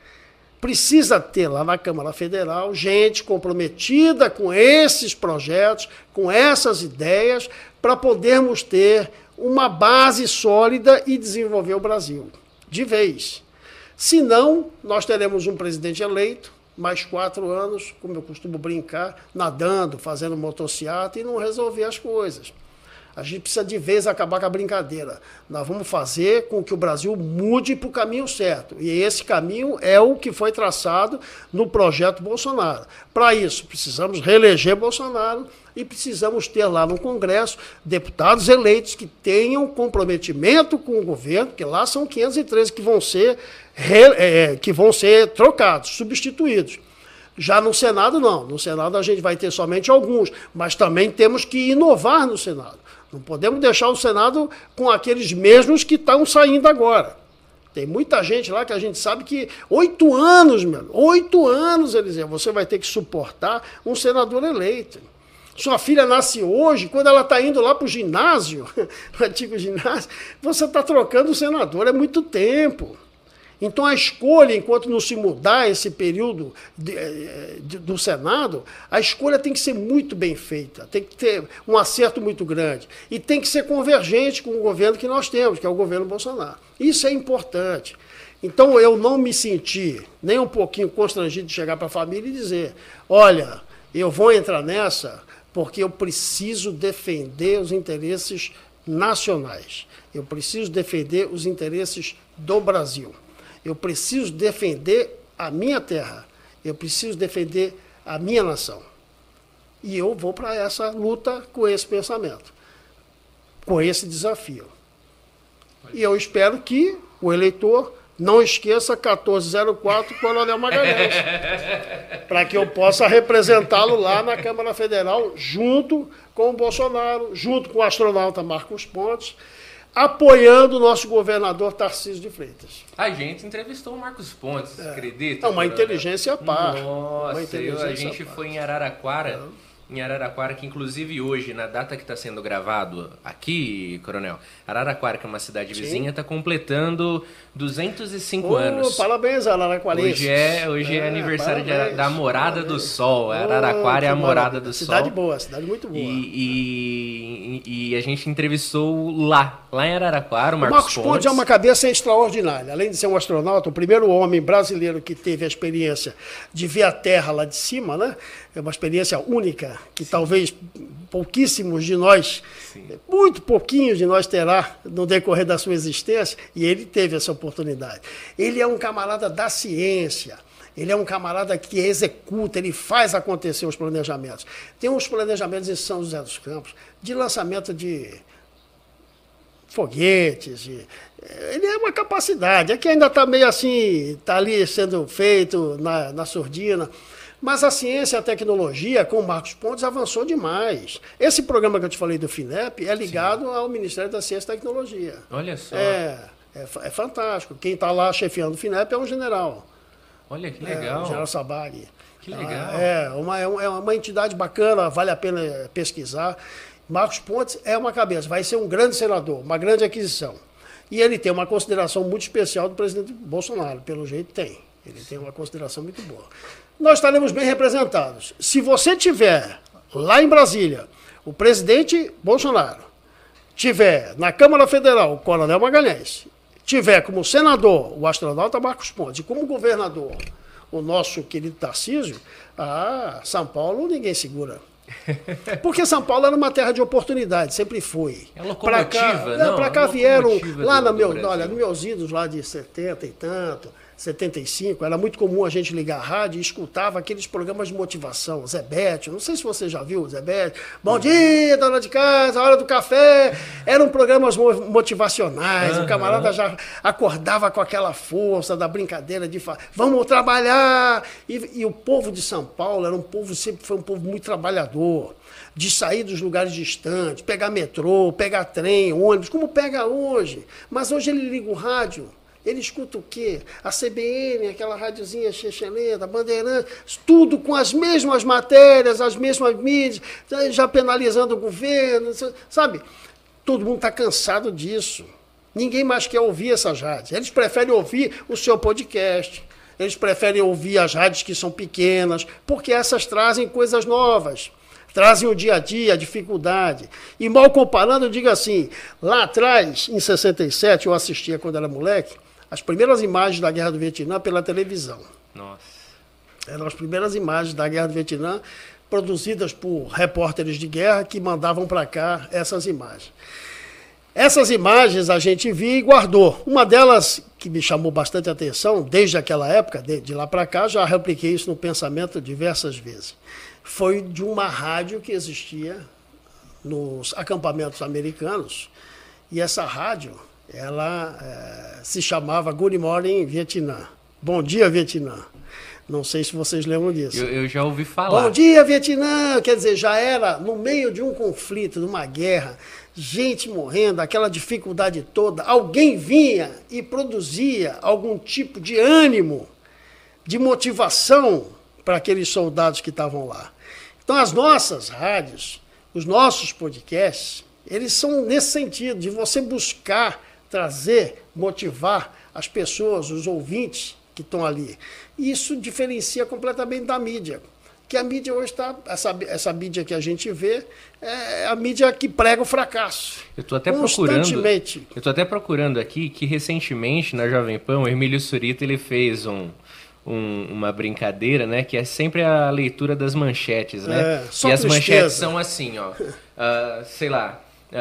Precisa ter lá na Câmara Federal gente comprometida com esses projetos, com essas ideias, para podermos ter uma base sólida e desenvolver o Brasil de vez. Senão, nós teremos um presidente eleito, mais quatro anos, como eu costumo brincar, nadando, fazendo motociata e não resolver as coisas. A gente precisa de vez acabar com a brincadeira. Nós vamos fazer com que o Brasil mude para o caminho certo. E esse caminho é o que foi traçado no projeto Bolsonaro. Para isso, precisamos reeleger Bolsonaro e precisamos ter lá no Congresso deputados eleitos que tenham comprometimento com o governo, porque lá são quinhentos e treze que vão ser, re, é, que vão ser trocados, substituídos. Já no Senado, não. No Senado a gente vai ter somente alguns, mas também temos que inovar no Senado. Não podemos deixar o Senado com aqueles mesmos que estão saindo agora. Tem muita gente lá que a gente sabe que oito anos, meu, oito anos, Eliseu, você vai ter que suportar um senador eleito. Sua filha nasce hoje, quando ela está indo lá para o ginásio, o antigo ginásio, você está trocando o senador, é muito tempo. Então, a escolha, enquanto não se mudar esse período de, de, do Senado, a escolha tem que ser muito bem feita, tem que ter um acerto muito grande e tem que ser convergente com o governo que nós temos, que é o governo Bolsonaro. Isso é importante. Então, eu não me senti nem um pouquinho constrangido de chegar para a família e dizer, olha, eu vou entrar nessa porque eu preciso defender os interesses nacionais, eu preciso defender os interesses do Brasil. Eu preciso defender a minha terra, eu preciso defender a minha nação. E eu vou para essa luta com esse pensamento, com esse desafio. E eu espero que o eleitor não esqueça quatorze zero quatro Coronel Magalhães, para que eu possa representá-lo lá na Câmara Federal, junto com o Bolsonaro, junto com o astronauta Marcos Pontes, apoiando o nosso governador Tarcísio de Freitas. A gente entrevistou o Marcos Pontes, é. Acredita? É uma inteligência par. Nossa, uma inteligência eu, a gente par. foi em Araraquara, é. em Araraquara, que inclusive hoje, na data que está sendo gravado aqui, Coronel, Araraquara, que é uma cidade Sim. vizinha, está completando duzentos e cinco oh, anos. Parabéns, Araraquarenses. Hoje é, hoje é, é aniversário de, da Morada parabéns. do Sol. Araraquara oh, é a Morada do cidade Sol. Cidade boa, cidade muito boa. E, e, e a gente entrevistou lá, lá em Araraquara, o Marcos, o Marcos Pontes. Pontes é uma cabeça extraordinária. Além de ser um astronauta, o primeiro homem brasileiro que teve a experiência de ver a Terra lá de cima, né? É uma experiência única, que Sim. talvez pouquíssimos de nós, Sim. muito pouquinhos de nós terá no decorrer da sua existência, e ele teve essa oportunidade. Ele é um camarada da ciência, ele é um camarada que executa, ele faz acontecer os planejamentos. Tem uns planejamentos em São José dos Campos de lançamento de foguetes. E, ele é uma capacidade. Aqui ainda está meio assim, está ali sendo feito na, na surdina. Mas a ciência e a tecnologia, com o Marcos Pontes, avançou demais. Esse programa que eu te falei do FINEP é ligado Sim. ao Ministério da Ciência e Tecnologia. Olha só. É, é, é fantástico. Quem está lá chefiando o FINEP é um general. Olha que legal. É, o general Sabag. Que legal. É uma, é uma entidade bacana, vale a pena pesquisar. Marcos Pontes é uma cabeça, vai ser um grande senador, uma grande aquisição. E ele tem uma consideração muito especial do presidente Bolsonaro, pelo jeito tem. Ele tem uma consideração muito boa. Nós estaremos bem representados. Se você tiver lá em Brasília o presidente Bolsonaro, tiver na Câmara Federal o Coronel Magalhães, tiver como senador o astronauta Marcos Pontes e como governador o nosso querido Tarcísio, ah, São Paulo ninguém segura. Porque São Paulo era uma terra de oportunidade, sempre foi. É locomotiva, cá, não? Para cá é vieram, lá do, no meu, do olha, nos meus idos lá de setenta e tanto, setenta e cinco, era muito comum a gente ligar a rádio e escutava aqueles programas de motivação, Zé Bétio, não sei se você já viu o Zé Bétio, bom dia, dona de casa, hora do café, eram programas motivacionais, uhum. O camarada já acordava com aquela força da brincadeira de falar, vamos trabalhar, e, e o povo de São Paulo era um povo, sempre foi um povo muito trabalhador, de sair dos lugares distantes, pegar metrô, pegar trem, ônibus, como pega hoje, mas hoje ele liga o rádio, ele escuta o quê? A C B N, aquela radiozinha chechelenta, Bandeirantes, tudo com as mesmas matérias, as mesmas mídias, já penalizando o governo, sabe? Todo mundo está cansado disso. Ninguém mais quer ouvir essas rádios. Eles preferem ouvir o seu podcast, eles preferem ouvir as rádios que são pequenas, porque essas trazem coisas novas. Trazem o dia a dia, a dificuldade. E mal comparando, eu digo assim, lá atrás, em sessenta e sete, eu assistia quando era moleque, as primeiras imagens da Guerra do Vietnã pela televisão. Nossa. Eram as primeiras imagens da Guerra do Vietnã, produzidas por repórteres de guerra que mandavam para cá essas imagens. Essas imagens a gente viu e guardou. Uma delas que me chamou bastante atenção, desde aquela época, de, de lá para cá, já repliquei isso no pensamento diversas vezes. Foi de uma rádio que existia nos acampamentos americanos, e essa rádio, ela é, se chamava Good Morning Vietnã. Bom dia, Vietnã. Não sei se vocês lembram disso. Eu, eu já ouvi falar. Bom dia, Vietnã. Quer dizer, já era no meio de um conflito, de uma guerra, gente morrendo, aquela dificuldade toda. Alguém vinha e produzia algum tipo de ânimo, de motivação para aqueles soldados que estavam lá. Então, as nossas rádios, os nossos podcasts, eles são nesse sentido, de você buscar trazer, motivar as pessoas, os ouvintes que estão ali. E isso diferencia completamente da mídia. Que a mídia hoje está, essa, essa mídia que a gente vê, é a mídia que prega o fracasso. Eu estou até procurando. Eu estou até procurando aqui que recentemente na Jovem Pan, o Emílio Surita, ele fez um, um, uma brincadeira, né? Que é sempre a leitura das manchetes, né? É, só e as tristeza. manchetes são assim, ó. Uh, sei lá.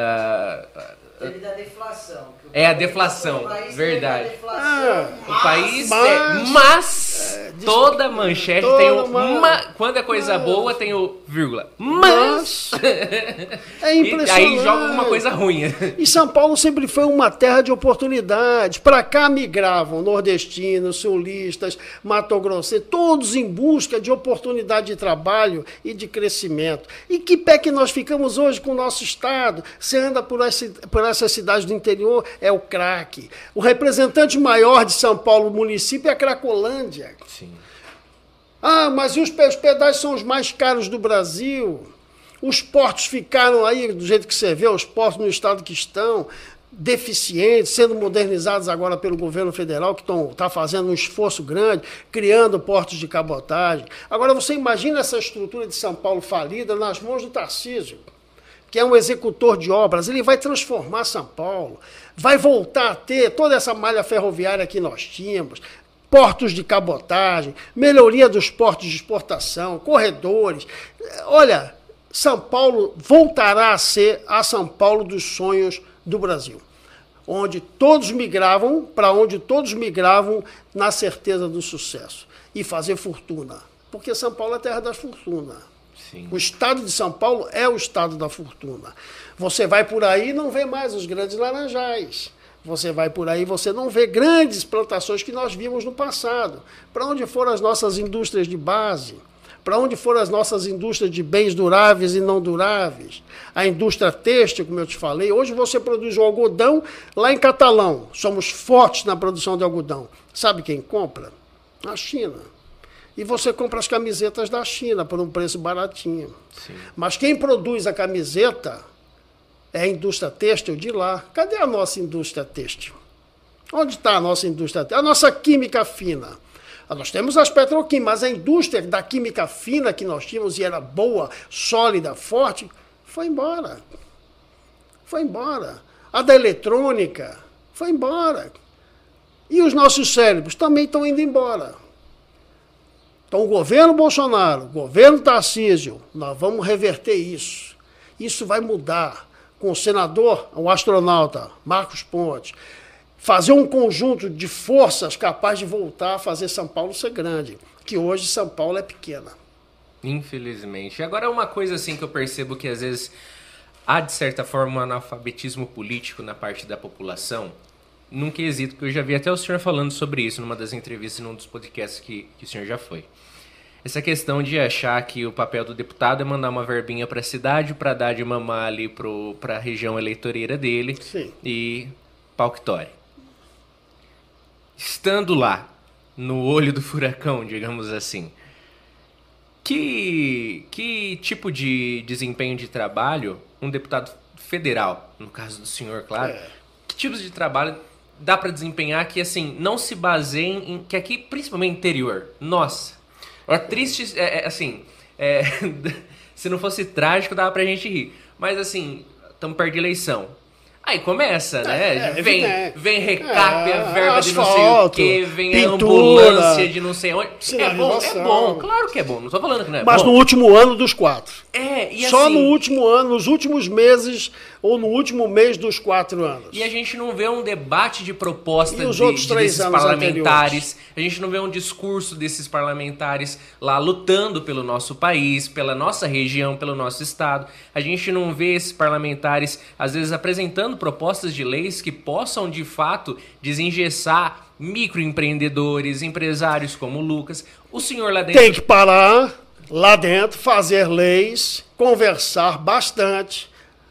Uh, Teve da deflação. É a deflação, verdade. A deflação, o país mas, é, mas é, toda manchete toda tem o mas, ma, quando é coisa mas, boa tem o vírgula. Mas, mas é impressionante. E aí joga alguma coisa ruim. E São Paulo sempre foi uma terra de oportunidades. Para cá migravam nordestinos, sulistas, matogrossenses, todos em busca de oportunidade de trabalho e de crescimento. E que pé que nós ficamos hoje com o nosso estado? Você anda por essa, por essas cidades do interior, é o crack. O representante maior de São Paulo, município, é a Cracolândia. Sim. Ah, mas os pedágios são os mais caros do Brasil. Os portos ficaram aí, do jeito que você vê, os portos no estado que estão, deficientes, sendo modernizados agora pelo governo federal, que está fazendo um esforço grande, criando portos de cabotagem. Agora, você imagina essa estrutura de São Paulo falida nas mãos do Tarcísio, que é um executor de obras. Ele vai transformar São Paulo, vai voltar a ter toda essa malha ferroviária que nós tínhamos, portos de cabotagem, melhoria dos portos de exportação, corredores. Olha, São Paulo voltará a ser a São Paulo dos sonhos do Brasil, onde todos migravam, para onde todos migravam na certeza do sucesso e fazer fortuna. Porque São Paulo é a terra das fortunas. Sim. O estado de São Paulo é o estado da fortuna. Você vai por aí e não vê mais os grandes laranjais. Você vai por aí, você não vê grandes plantações que nós vimos no passado. Para onde foram as nossas indústrias de base? Para onde foram as nossas indústrias de bens duráveis e não duráveis? A indústria têxtil, como eu te falei, hoje você produz o algodão lá em Catalão. Somos fortes na produção de algodão. Sabe quem compra? A China. E você compra as camisetas da China por um preço baratinho. Sim. Mas quem produz a camiseta é a indústria têxtil de lá. Cadê a nossa indústria têxtil? Onde está a nossa indústria têxtil? A nossa química fina. Nós temos as petroquímicas, mas a indústria da química fina que nós tínhamos e era boa, sólida, forte, foi embora. Foi embora. A da eletrônica foi embora. E os nossos cérebros também estão indo embora. Então, o governo Bolsonaro, o governo Tarcísio, nós vamos reverter isso. Isso vai mudar. Com o senador, o astronauta Marcos Pontes, fazer um conjunto de forças capaz de voltar a fazer São Paulo ser grande, que hoje São Paulo é pequena. Infelizmente. Agora, uma coisa assim que eu percebo que às vezes há, de certa forma, um analfabetismo político na parte da população, num quesito que eu já vi até o senhor falando sobre isso numa das entrevistas, num dos podcasts que, que o senhor já foi. Essa questão de achar que o papel do deputado é mandar uma verbinha para a cidade para dar de mamar ali para a região eleitoreira dele. Sim. E pau que tore. Estando lá, no olho do furacão, digamos assim, que, que tipo de desempenho de trabalho um deputado federal, no caso do senhor, claro, É. que tipos de trabalho dá para desempenhar que assim não se baseiem em... que aqui, principalmente interior, nossa... É triste, é, é, assim, é, se não fosse trágico dava pra gente rir. Mas assim, estamos perto de eleição. Aí começa, né? É, é vem, evidente. vem recap, É, a verba de não sei o asfalto, quê, vem pintura, a ambulância de não sei onde. É bom, é sinalização. bom, claro que é bom, não tô falando que não é Mas bom. no último ano dos quatro. É, e Só assim, no último ano, nos últimos meses, ou no último mês dos quatro anos. E a gente não vê um debate de proposta E os de, outros de três desses anos parlamentares. A gente não vê um discurso desses parlamentares lá lutando pelo nosso país, pela nossa região, pelo nosso estado. A gente não vê esses parlamentares, às vezes, apresentando propostas de leis que possam, de fato, desengessar microempreendedores, empresários como o Lucas. O senhor lá dentro... Tem que parar lá dentro, fazer leis, conversar bastante,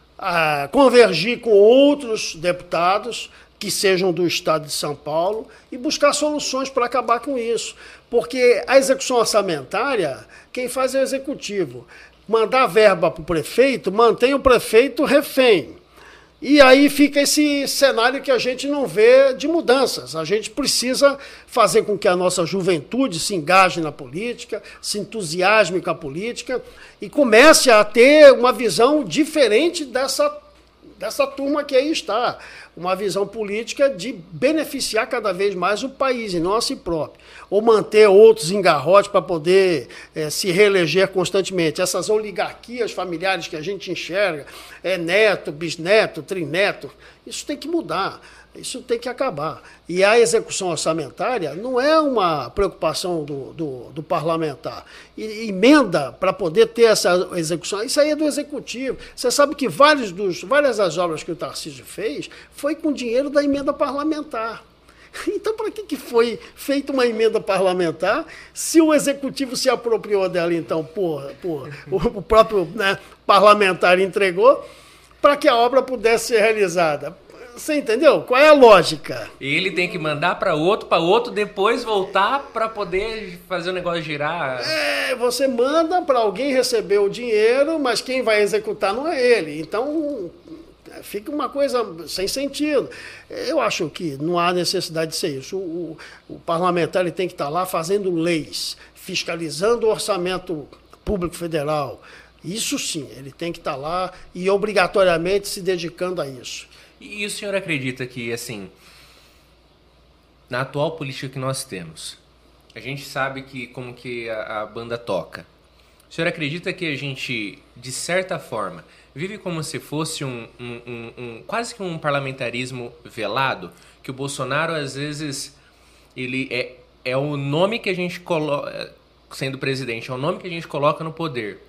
uh, convergir com outros deputados que sejam do estado de São Paulo e buscar soluções para acabar com isso. Porque a execução orçamentária, quem faz é o executivo. Mandar verba para o prefeito, mantém o prefeito refém. E aí fica esse cenário que a gente não vê de mudanças. A gente precisa fazer com que a nossa juventude se engaje na política, se entusiasme com a política e comece a ter uma visão diferente dessa, dessa turma que aí está. Uma visão política de beneficiar cada vez mais o país e não a si próprio. Ou manter outros engarrotes para poder é, se reeleger constantemente. Essas oligarquias familiares que a gente enxerga, é neto, bisneto, trineto, isso tem que mudar, isso tem que acabar. E a execução orçamentária não é uma preocupação do, do, do parlamentar. E, emenda para poder ter essa execução, isso aí é do executivo. Você sabe que vários dos, várias das obras que o Tarcísio fez foi com dinheiro da emenda parlamentar. Então, para que, que foi feita uma emenda parlamentar se o executivo se apropriou dela, então, porra, porra, o próprio, né, parlamentar entregou para que a obra pudesse ser realizada? Você entendeu? Qual é a lógica? Ele tem que mandar para outro, para outro, depois voltar para poder fazer o negócio girar. É, você manda para alguém receber o dinheiro, mas quem vai executar não é ele. Então, fica uma coisa sem sentido. Eu acho que não há necessidade de ser isso. O, o, o parlamentar ele tem que estar lá fazendo leis, fiscalizando o orçamento público federal. Isso sim, ele tem que estar lá e obrigatoriamente se dedicando a isso. E o senhor acredita que, assim, na atual política que nós temos, a gente sabe que como que a, a banda toca. O senhor acredita que a gente, de certa forma, vive como se fosse um, um, um, um quase que um parlamentarismo velado, que o Bolsonaro, às vezes, ele é, é o nome que a gente coloca, sendo presidente, é o nome que a gente coloca no poder.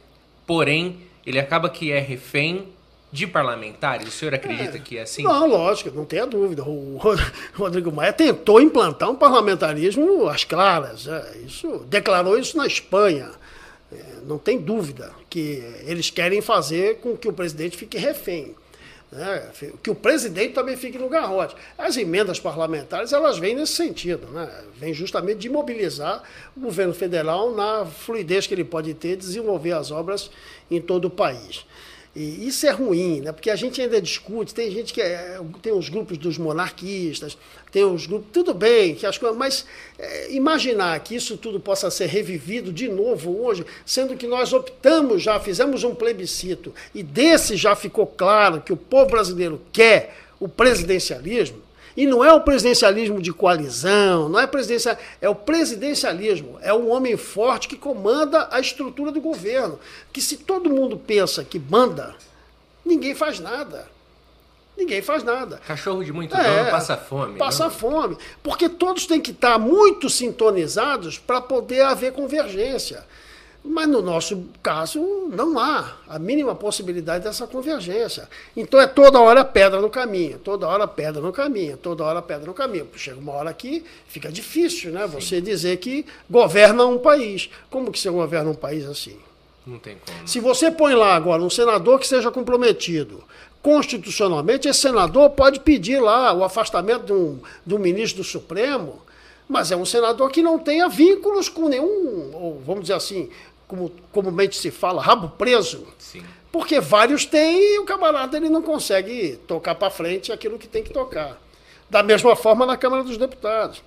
porém, ele acaba que é refém de parlamentares? O senhor acredita é, que é assim? Não, lógico, não tenha dúvida. O Rodrigo Maia tentou implantar um parlamentarismo às claras. É, isso, declarou isso na Espanha. É, não tem dúvida que eles querem fazer com que o presidente fique refém. Né? Que o presidente também fique no garrote. As emendas parlamentares, elas vêm nesse sentido. Né? Vêm justamente de mobilizar o governo federal na fluidez que ele pode ter de desenvolver as obras em todo o país. E isso é ruim, né? Porque a gente ainda discute, tem gente que é, tem os grupos dos monarquistas, tem os grupos, tudo bem, que as coisas, mas é, imaginar que isso tudo possa ser revivido de novo hoje, sendo que nós optamos já, fizemos um plebiscito, e desse já ficou claro que o povo brasileiro quer o presidencialismo. E não é o presidencialismo de coalizão, não é presidencial, é o presidencialismo, é o homem forte que comanda a estrutura do governo. Que se todo mundo pensa que manda, ninguém faz nada. Ninguém faz nada. Cachorro de muito dono é, passa fome. Passa não? fome. Porque todos têm que estar muito sintonizados para poder haver convergência. Mas no nosso caso não há a mínima possibilidade dessa convergência. Então é toda hora pedra no caminho, toda hora pedra no caminho, toda hora pedra no caminho. Chega uma hora que fica difícil, né? Sim. Você dizer que governa um país. Como que você governa um país assim? Não tem como. Se você põe lá agora um senador que seja comprometido constitucionalmente, esse senador pode pedir lá o afastamento de um, de um ministro do Supremo, mas é um senador que não tenha vínculos com nenhum, ou vamos dizer assim, como comumente se fala, rabo preso. Sim. Porque vários têm e o camarada ele não consegue tocar para frente aquilo que tem que tocar. Da mesma forma na Câmara dos Deputados.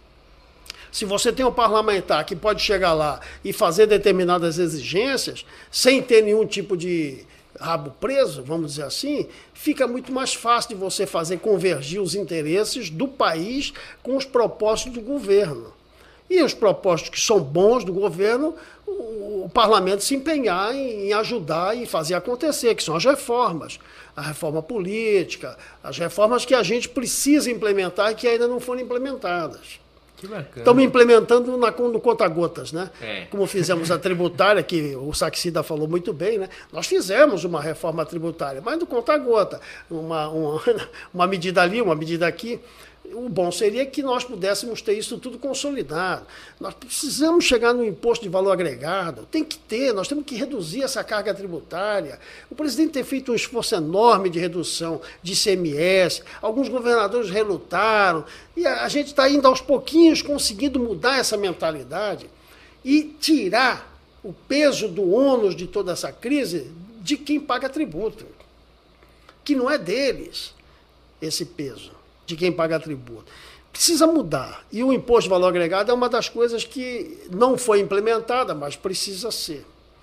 Se você tem um parlamentar que pode chegar lá e fazer determinadas exigências, sem ter nenhum tipo de rabo preso, vamos dizer assim, fica muito mais fácil de você fazer convergir os interesses do país com os propósitos do governo. E os propósitos que são bons do governo, o, o parlamento se empenhar em, em ajudar e fazer acontecer, que são as reformas. A reforma política, as reformas que a gente precisa implementar e que ainda não foram implementadas. Que bacana. Estamos implementando na, no conta-gotas, né? É. Como fizemos a tributária, que o Saxida falou muito bem, né? Nós fizemos uma reforma tributária, mas do conta-gota. Uma, uma, uma medida ali, uma medida aqui. O bom seria que nós pudéssemos ter isso tudo consolidado. Nós precisamos chegar no imposto de valor agregado. Tem que ter, nós temos que reduzir essa carga tributária. O presidente tem feito um esforço enorme de redução de I C M S. Alguns governadores relutaram. E a, a gente está indo aos pouquinhos conseguindo mudar essa mentalidade e tirar o peso do ônus de toda essa crise de quem paga tributo. Que não é deles esse peso. De quem paga tributo. Precisa mudar. E o imposto de valor agregado é uma das coisas que não foi implementada, mas precisa ser.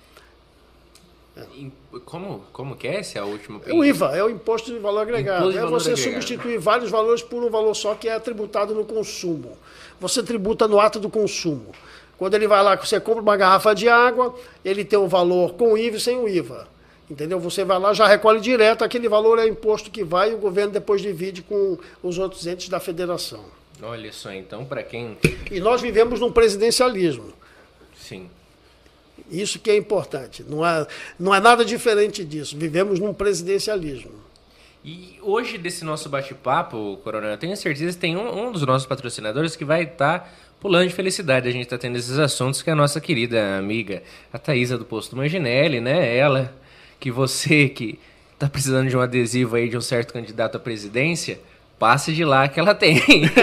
É. Como, como que é esse é o último? É o I V A, é o imposto de valor agregado. De é valor você agregado. substituir vários valores por um valor só que é tributado no consumo. Você tributa no ato do consumo. Quando ele vai lá, você compra uma garrafa de água, ele tem um valor com I V A e sem o I V A. Entendeu? Você vai lá, já recolhe direto, aquele valor é imposto que vai e o governo depois divide com os outros entes da federação. Olha só, então, para quem... E nós vivemos num presidencialismo. Sim. Isso que é importante. Não é, não é nada diferente disso. Vivemos num presidencialismo. E hoje, desse nosso bate-papo, Coronel, eu tenho certeza que tem um, um dos nossos patrocinadores que vai estar pulando de felicidade. A gente está tendo esses assuntos, que é a nossa querida amiga, a Thaisa do Posto Manginelli, né? Ela... que você que está precisando de um adesivo aí de um certo candidato à presidência, passe de lá que ela tem.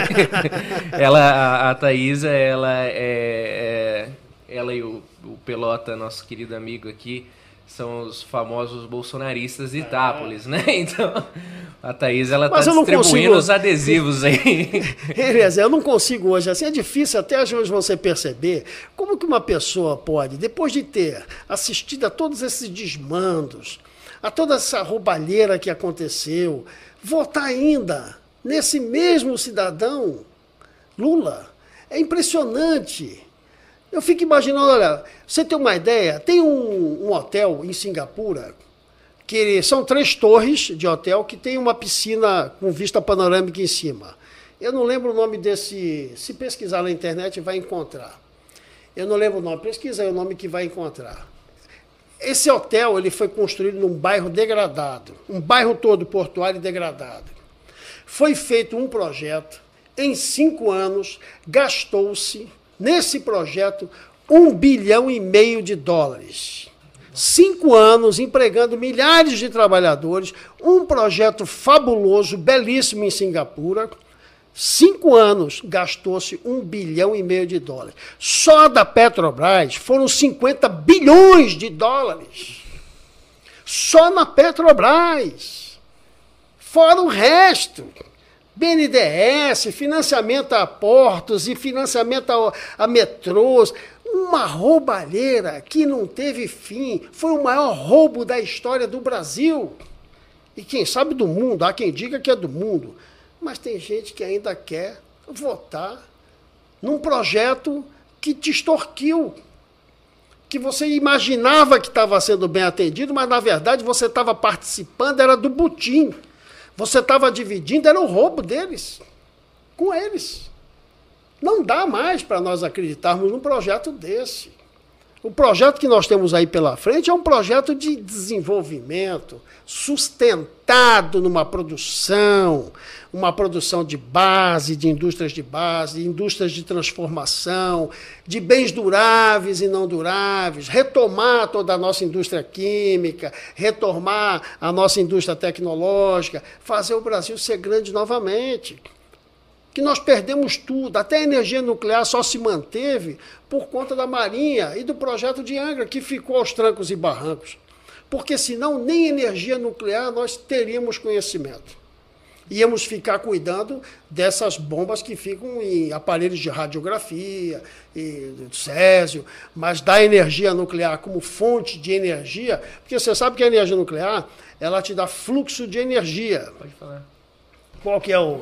ela, a, a Thaisa, ela, é, é, ela e o, o Pelota, nosso querido amigo aqui, são os famosos bolsonaristas de Itápolis, né? Então, a Thaisa, ela está distribuindo consigo... os adesivos aí. Beleza, eu não consigo hoje, assim, é difícil até hoje você perceber como que uma pessoa pode, depois de ter assistido a todos esses desmandos, a toda essa roubalheira que aconteceu, votar ainda nesse mesmo cidadão, Lula. É impressionante. Eu fico imaginando, olha, você tem uma ideia, tem um, um hotel em Singapura, que são três torres de hotel que tem uma piscina com vista panorâmica em cima. Eu não lembro o nome desse, se pesquisar na internet vai encontrar. Eu não lembro o nome, pesquisa aí o nome que vai encontrar. Esse hotel ele foi construído num bairro degradado, um bairro todo portuário degradado. Foi feito um projeto, em cinco anos, gastou-se, nesse projeto, um bilhão e meio de dólares. Cinco anos empregando milhares de trabalhadores, um projeto fabuloso, belíssimo em Singapura. Cinco anos gastou-se um bilhão e meio de dólares. Só da Petrobras foram cinquenta bilhões de dólares. Só na Petrobras. Fora o resto. B N D E S, financiamento a portos e financiamento a, a metrôs. Uma roubalheira que não teve fim. Foi o maior roubo da história do Brasil. E quem sabe do mundo. Há quem diga que é do mundo. Mas tem gente que ainda quer votar num projeto que te extorquiu. Que você imaginava que estava sendo bem atendido, mas, na verdade, você estava participando, era do butim. Você estava dividindo, era o roubo deles. Com eles. Não dá mais para nós acreditarmos num projeto desse. O projeto que nós temos aí pela frente é um projeto de desenvolvimento, sustentado numa produção, uma produção de base, de indústrias de base, indústrias de transformação, de bens duráveis e não duráveis, retomar toda a nossa indústria química, retomar a nossa indústria tecnológica, fazer o Brasil ser grande novamente. Que nós perdemos tudo, até a energia nuclear só se manteve por conta da Marinha e do projeto de Angra, que ficou aos trancos e barrancos. Porque senão nem energia nuclear nós teríamos conhecimento. Íamos ficar cuidando dessas bombas que ficam em aparelhos de radiografia, e do césio, mas da energia nuclear como fonte de energia, porque você sabe que a energia nuclear, ela te dá fluxo de energia. Pode falar. Qual que é o...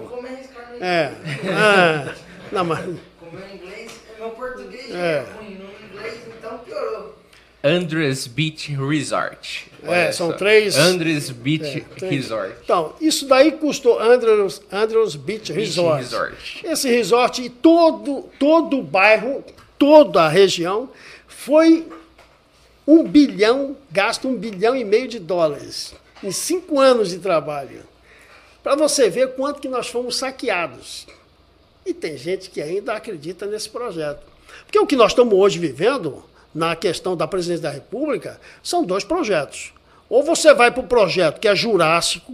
É. Ah, não, mas... Como meu inglês, meu português É. é ruim, no inglês então piorou. Andres Beach Resort. É, Olha são só. três- Andres Beach É, três. Resort. Então, isso daí custou Andrews, Andrews Beach Resort. Resort. Esse resort e todo, todo o bairro, toda a região, foi um bilhão, gasto um bilhão e meio de dólares em cinco anos de trabalho. Para você ver quanto que nós fomos saqueados. E tem gente que ainda acredita nesse projeto. Porque o que nós estamos hoje vivendo, na questão da presidência da República, são dois projetos. Ou você vai para o projeto que é jurássico,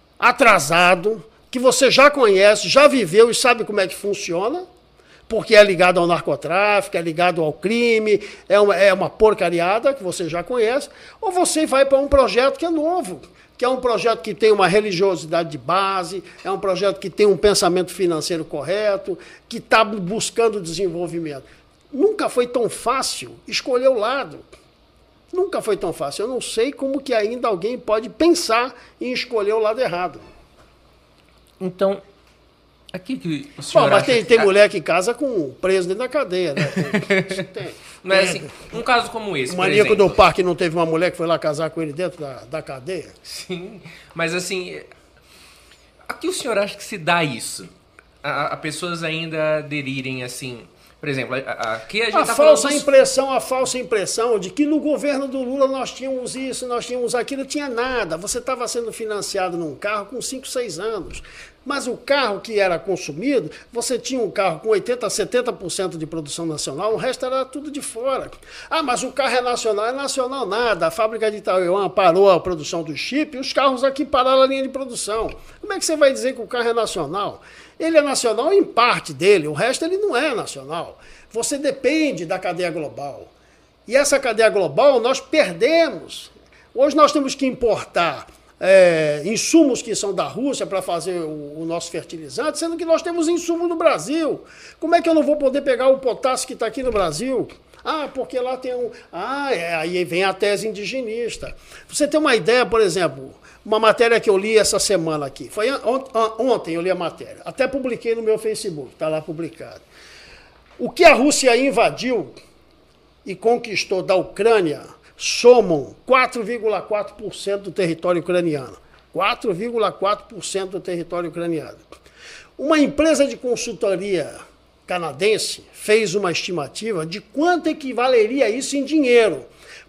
atrasado, que você já conhece, já viveu e sabe como é que funciona, porque é ligado ao narcotráfico, é ligado ao crime, é uma, é uma porcariada que você já conhece, ou você vai para um projeto que é novo, que é um projeto que tem uma religiosidade de base, é um projeto que tem um pensamento financeiro correto, que está buscando desenvolvimento. Nunca foi tão fácil escolher o lado. Nunca foi tão fácil. Eu não sei como que ainda alguém pode pensar em escolher o lado errado. Então, aqui que o senhor Bom, mas acha tem, que- tem mulher que casa com preso dentro da cadeia, né? Tem, isso tem. Mas assim, um caso como esse, O por maníaco exemplo. do parque não teve uma mulher que foi lá casar com ele dentro da, da cadeia? Sim, mas assim, a que o senhor acha que se dá isso? A, a pessoas ainda aderirem assim, por exemplo, a- a- aqui a gente A tá falsa falando dos- impressão, a falsa impressão de que no governo do Lula nós tínhamos isso, nós tínhamos aquilo, não tinha nada. Você estava sendo financiado num carro com cinco, seis anos. Mas o carro que era consumido, você tinha um carro com oitenta, setenta por cento de produção nacional, o resto era tudo de fora. Ah, mas o carro é nacional. É nacional nada. A fábrica de Taiwan parou a produção do chip e os carros aqui pararam a linha de produção. Como é que você vai dizer que o carro é nacional? Ele é nacional em parte dele, o resto ele não é nacional. Você depende da cadeia global. E essa cadeia global nós perdemos. Hoje nós temos que importar é, insumos que são da Rússia para fazer o, o nosso fertilizante, sendo que nós temos insumo no Brasil. Como é que eu não vou poder pegar o potássio que está aqui no Brasil? Ah, porque lá tem um... Ah, é, aí vem a tese indigenista. Você tem uma ideia, por exemplo, uma matéria que eu li essa semana aqui. Foi ont, ontem eu li a matéria. Até publiquei no meu Facebook, está lá publicado. O que a Rússia invadiu e conquistou da Ucrânia somam quatro vírgula quatro por cento do território ucraniano. quatro vírgula quatro por cento do território ucraniano. Uma empresa de consultoria canadense fez uma estimativa de quanto equivaleria isso em dinheiro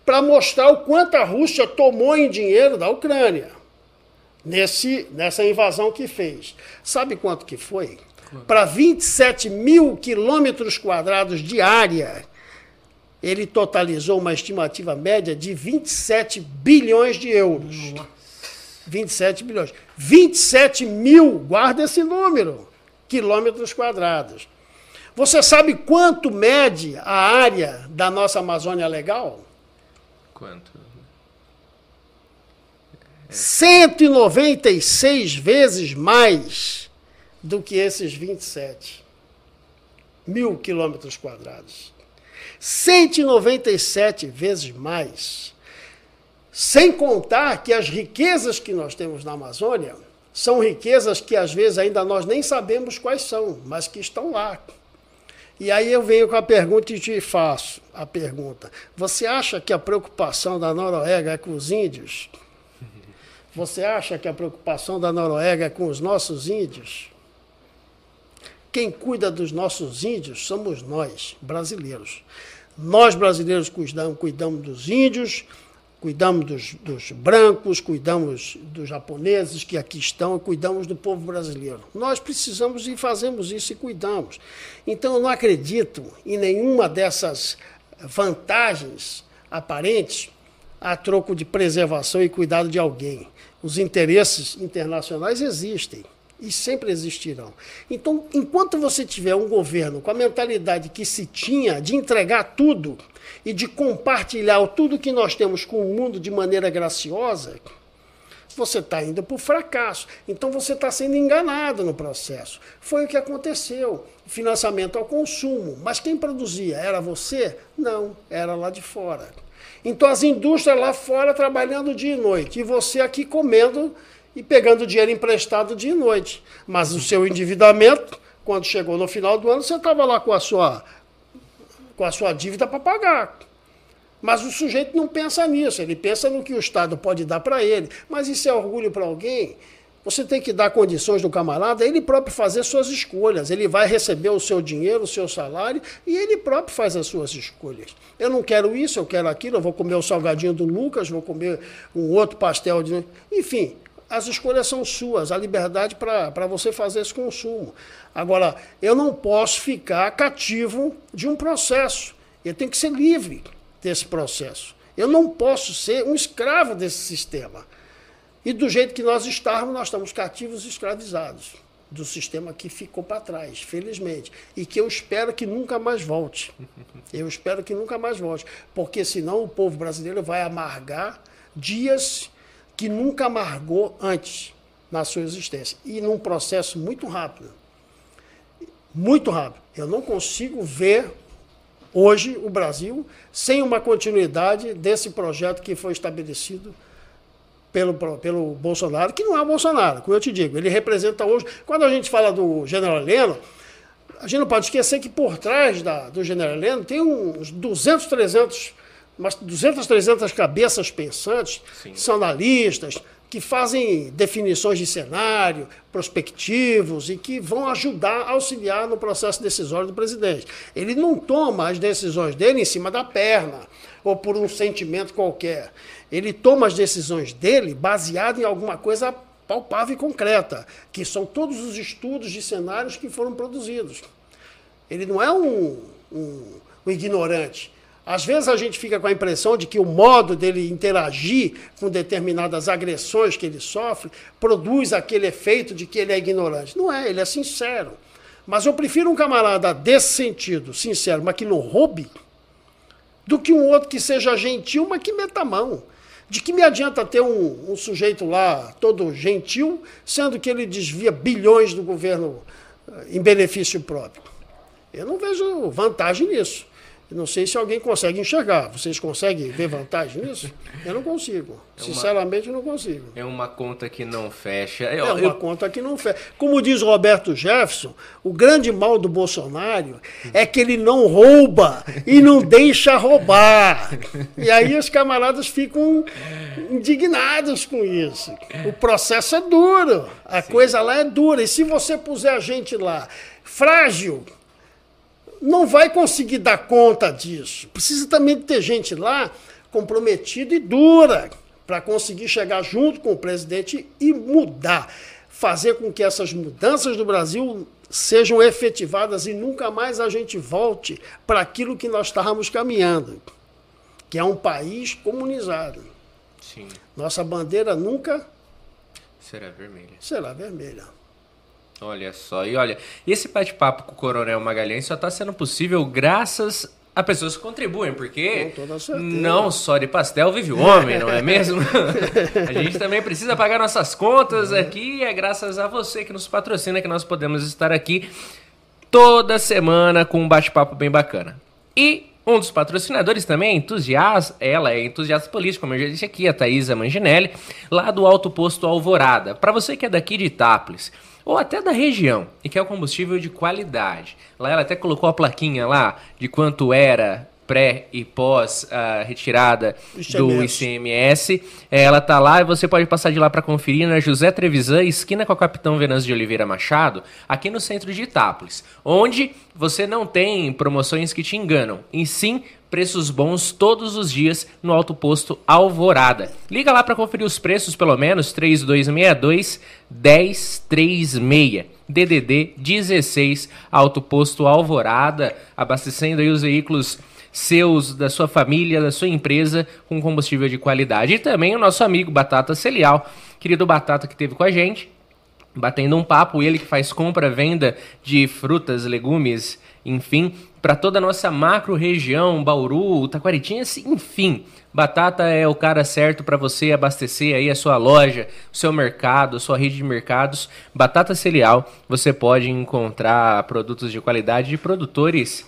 para mostrar o quanto a Rússia tomou em dinheiro da Ucrânia nesse, nessa invasão que fez. Sabe quanto que foi? Para vinte e sete mil quilômetros quadrados de área, ele totalizou uma estimativa média de vinte e sete bilhões de euros. vinte e sete bilhões. vinte e sete mil, guarda esse número, quilômetros quadrados. Você sabe quanto mede a área da nossa Amazônia Legal? Quanto? É. cento e noventa e seis vezes mais do que esses vinte e sete mil quilômetros quadrados. cento e noventa e sete vezes mais. Sem contar que as riquezas que nós temos na Amazônia são riquezas que às vezes ainda nós nem sabemos quais são, mas que estão lá. E aí eu venho com a pergunta e te faço a pergunta. Você acha que a preocupação da Noruega é com os índios? Você acha que a preocupação da Noruega é com os nossos índios? Quem cuida dos nossos índios somos nós, brasileiros. Nós, brasileiros, cuidamos, cuidamos dos índios, cuidamos dos, dos brancos, cuidamos dos japoneses que aqui estão, e cuidamos do povo brasileiro. Nós precisamos e fazemos isso e cuidamos. Então, eu não acredito em nenhuma dessas vantagens aparentes a troco de preservação e cuidado de alguém. Os interesses internacionais existem e sempre existirão. Então, enquanto você tiver um governo com a mentalidade que se tinha de entregar tudo e de compartilhar tudo que nós temos com o mundo de maneira graciosa, você está indo para o fracasso. Então, você está sendo enganado no processo. Foi o que aconteceu. Financiamento ao consumo. Mas quem produzia? Era você? Não, era lá de fora. Então, as indústrias lá fora trabalhando dia e noite. E você aqui comendo e pegando dinheiro emprestado dia e noite. Mas o seu endividamento, quando chegou no final do ano, você estava lá com a sua, com a sua dívida para pagar. Mas o sujeito não pensa nisso, ele pensa no que o Estado pode dar para ele. Mas isso é orgulho para alguém? Você tem que dar condições do camarada, ele próprio fazer suas escolhas. Ele vai receber o seu dinheiro, o seu salário, e ele próprio faz as suas escolhas. Eu não quero isso, eu quero aquilo, eu vou comer o salgadinho do Lucas, vou comer um outro pastel de... Enfim, as escolhas são suas, a liberdade para você fazer esse consumo. Agora, eu não posso ficar cativo de um processo. Eu tenho que ser livre desse processo. Eu não posso ser um escravo desse sistema. E do jeito que nós estamos, nós estamos cativos e escravizados do sistema que ficou para trás, felizmente. E que eu espero que nunca mais volte. Eu espero que nunca mais volte. Porque senão o povo brasileiro vai amargar dias que nunca amargou antes na sua existência. E num processo muito rápido. Muito rápido. Eu não consigo ver hoje o Brasil sem uma continuidade desse projeto que foi estabelecido pelo, pelo Bolsonaro, que não é o Bolsonaro, como eu te digo. Ele representa hoje... Quando a gente fala do General Heleno, a gente não pode esquecer que por trás da, do General Heleno tem uns duzentos, trezentos... Mas duzentas, trezentas cabeças pensantes, Sim. são analistas, que fazem definições de cenário, prospectivos, e que vão ajudar, auxiliar no processo decisório do presidente. Ele não toma as decisões dele em cima da perna, ou por um sentimento qualquer. Ele toma as decisões dele baseado em alguma coisa palpável e concreta, que são todos os estudos de cenários que foram produzidos. Ele não é um, um, um ignorante. Às vezes a gente fica com a impressão de que o modo dele interagir com determinadas agressões que ele sofre produz aquele efeito de que ele é ignorante. Não é, ele é sincero. Mas eu prefiro um camarada desse sentido, sincero, mas que não roube, do que um outro que seja gentil, mas que meta a mão. De que me adianta ter um, um sujeito lá todo gentil, sendo que ele desvia bilhões do governo em benefício próprio? Eu não vejo vantagem nisso. Eu não sei se alguém consegue enxergar. Vocês conseguem ver vantagem nisso? Eu não consigo. É uma, Sinceramente, eu não consigo. É uma conta que não fecha. Eu, é uma eu... conta que não fecha. Como diz Roberto Jefferson, o grande mal do Bolsonaro é que ele não rouba e não deixa roubar. E aí os camaradas ficam indignados com isso. O processo é duro. A Sim. coisa lá é dura. E se você puser a gente lá frágil, não vai conseguir dar conta disso. Precisa também ter gente lá comprometida e dura para conseguir chegar junto com o presidente e mudar, fazer com que essas mudanças do Brasil sejam efetivadas e nunca mais a gente volte para aquilo que nós estávamos caminhando, que é um país comunizado. Sim. Nossa bandeira nunca será vermelha. Será vermelha. Olha só, e olha, esse bate-papo com o Coronel Magalhães só está sendo possível graças a pessoas que contribuem, porque não só de pastel vive o homem, não é mesmo? A gente também precisa pagar nossas contas aqui e é graças a você que nos patrocina que nós podemos estar aqui toda semana com um bate-papo bem bacana. E um dos patrocinadores também é entusiasta, ela é entusiasta política, como eu já disse aqui, a Thaisa Manginelli, lá do Alto Posto Alvorada. Para você que é daqui de Itápolis, ou até da região, e quer o combustível de qualidade. Lá ela até colocou a plaquinha lá de quanto era pré e pós a retirada do I C M S. Ela tá lá e você pode passar de lá para conferir na José Trevisan, esquina com a Capitão Venâncio de Oliveira Machado, aqui no centro de Itápolis, onde você não tem promoções que te enganam, e sim preços bons todos os dias no Alto Posto Alvorada. Liga lá para conferir os preços, pelo menos, três dois seis dois, um zero três seis. D D D dezesseis, Alto Posto Alvorada, abastecendo aí os veículos seus, da sua família, da sua empresa, com combustível de qualidade. E também o nosso amigo Batata Celial, querido Batata que esteve com a gente, batendo um papo, ele que faz compra, venda de frutas, legumes, enfim, para toda a nossa macro região, Bauru, Taquaritinhas, enfim. Batata é o cara certo para você abastecer aí a sua loja, o seu mercado, a sua rede de mercados. Batata Celial, você pode encontrar produtos de qualidade de produtores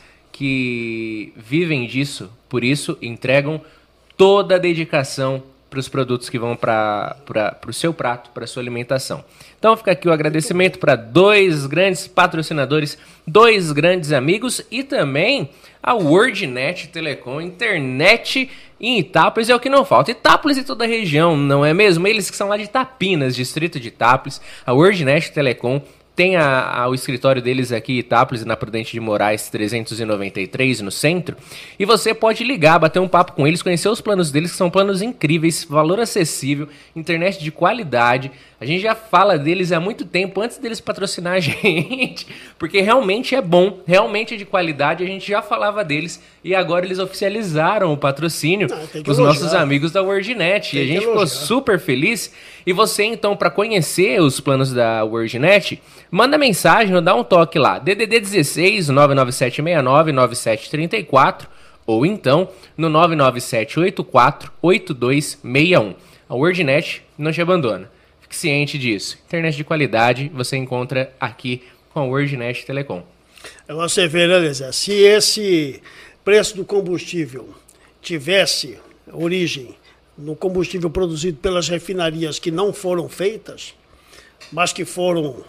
que vivem disso, por isso entregam toda a dedicação para os produtos que vão para o seu prato, para a sua alimentação. Então fica aqui o agradecimento para dois grandes patrocinadores, dois grandes amigos e também a WordNet Telecom, internet em Itápolis é o que não falta. Itápolis e toda a região, não é mesmo? Eles que são lá de Tapinas, distrito de Itápolis, a WordNet Telecom tem a, a, o escritório deles aqui em Itápolis, na Prudente de Moraes trezentos e noventa e três, no centro. E você pode ligar, bater um papo com eles, conhecer os planos deles, que são planos incríveis, valor acessível, internet de qualidade. A gente já fala deles há muito tempo, antes deles patrocinar a gente, porque realmente é bom, realmente é de qualidade, a gente já falava deles e agora eles oficializaram o patrocínio com os nossos amigos da WordNet. E a gente ficou super feliz. E você, então, para conhecer os planos da WordNet, manda mensagem ou dá um toque lá. D D D dezesseis, nove nove sete seis nove, nove sete três quatro ou então no nove nove sete oito quatro, oito dois seis um. A WordNet não te abandona. Fique ciente disso. Internet de qualidade você encontra aqui com a WordNet Telecom. Você vê, né, Lezé? Se esse preço do combustível tivesse origem no combustível produzido pelas refinarias que não foram feitas, mas que foram,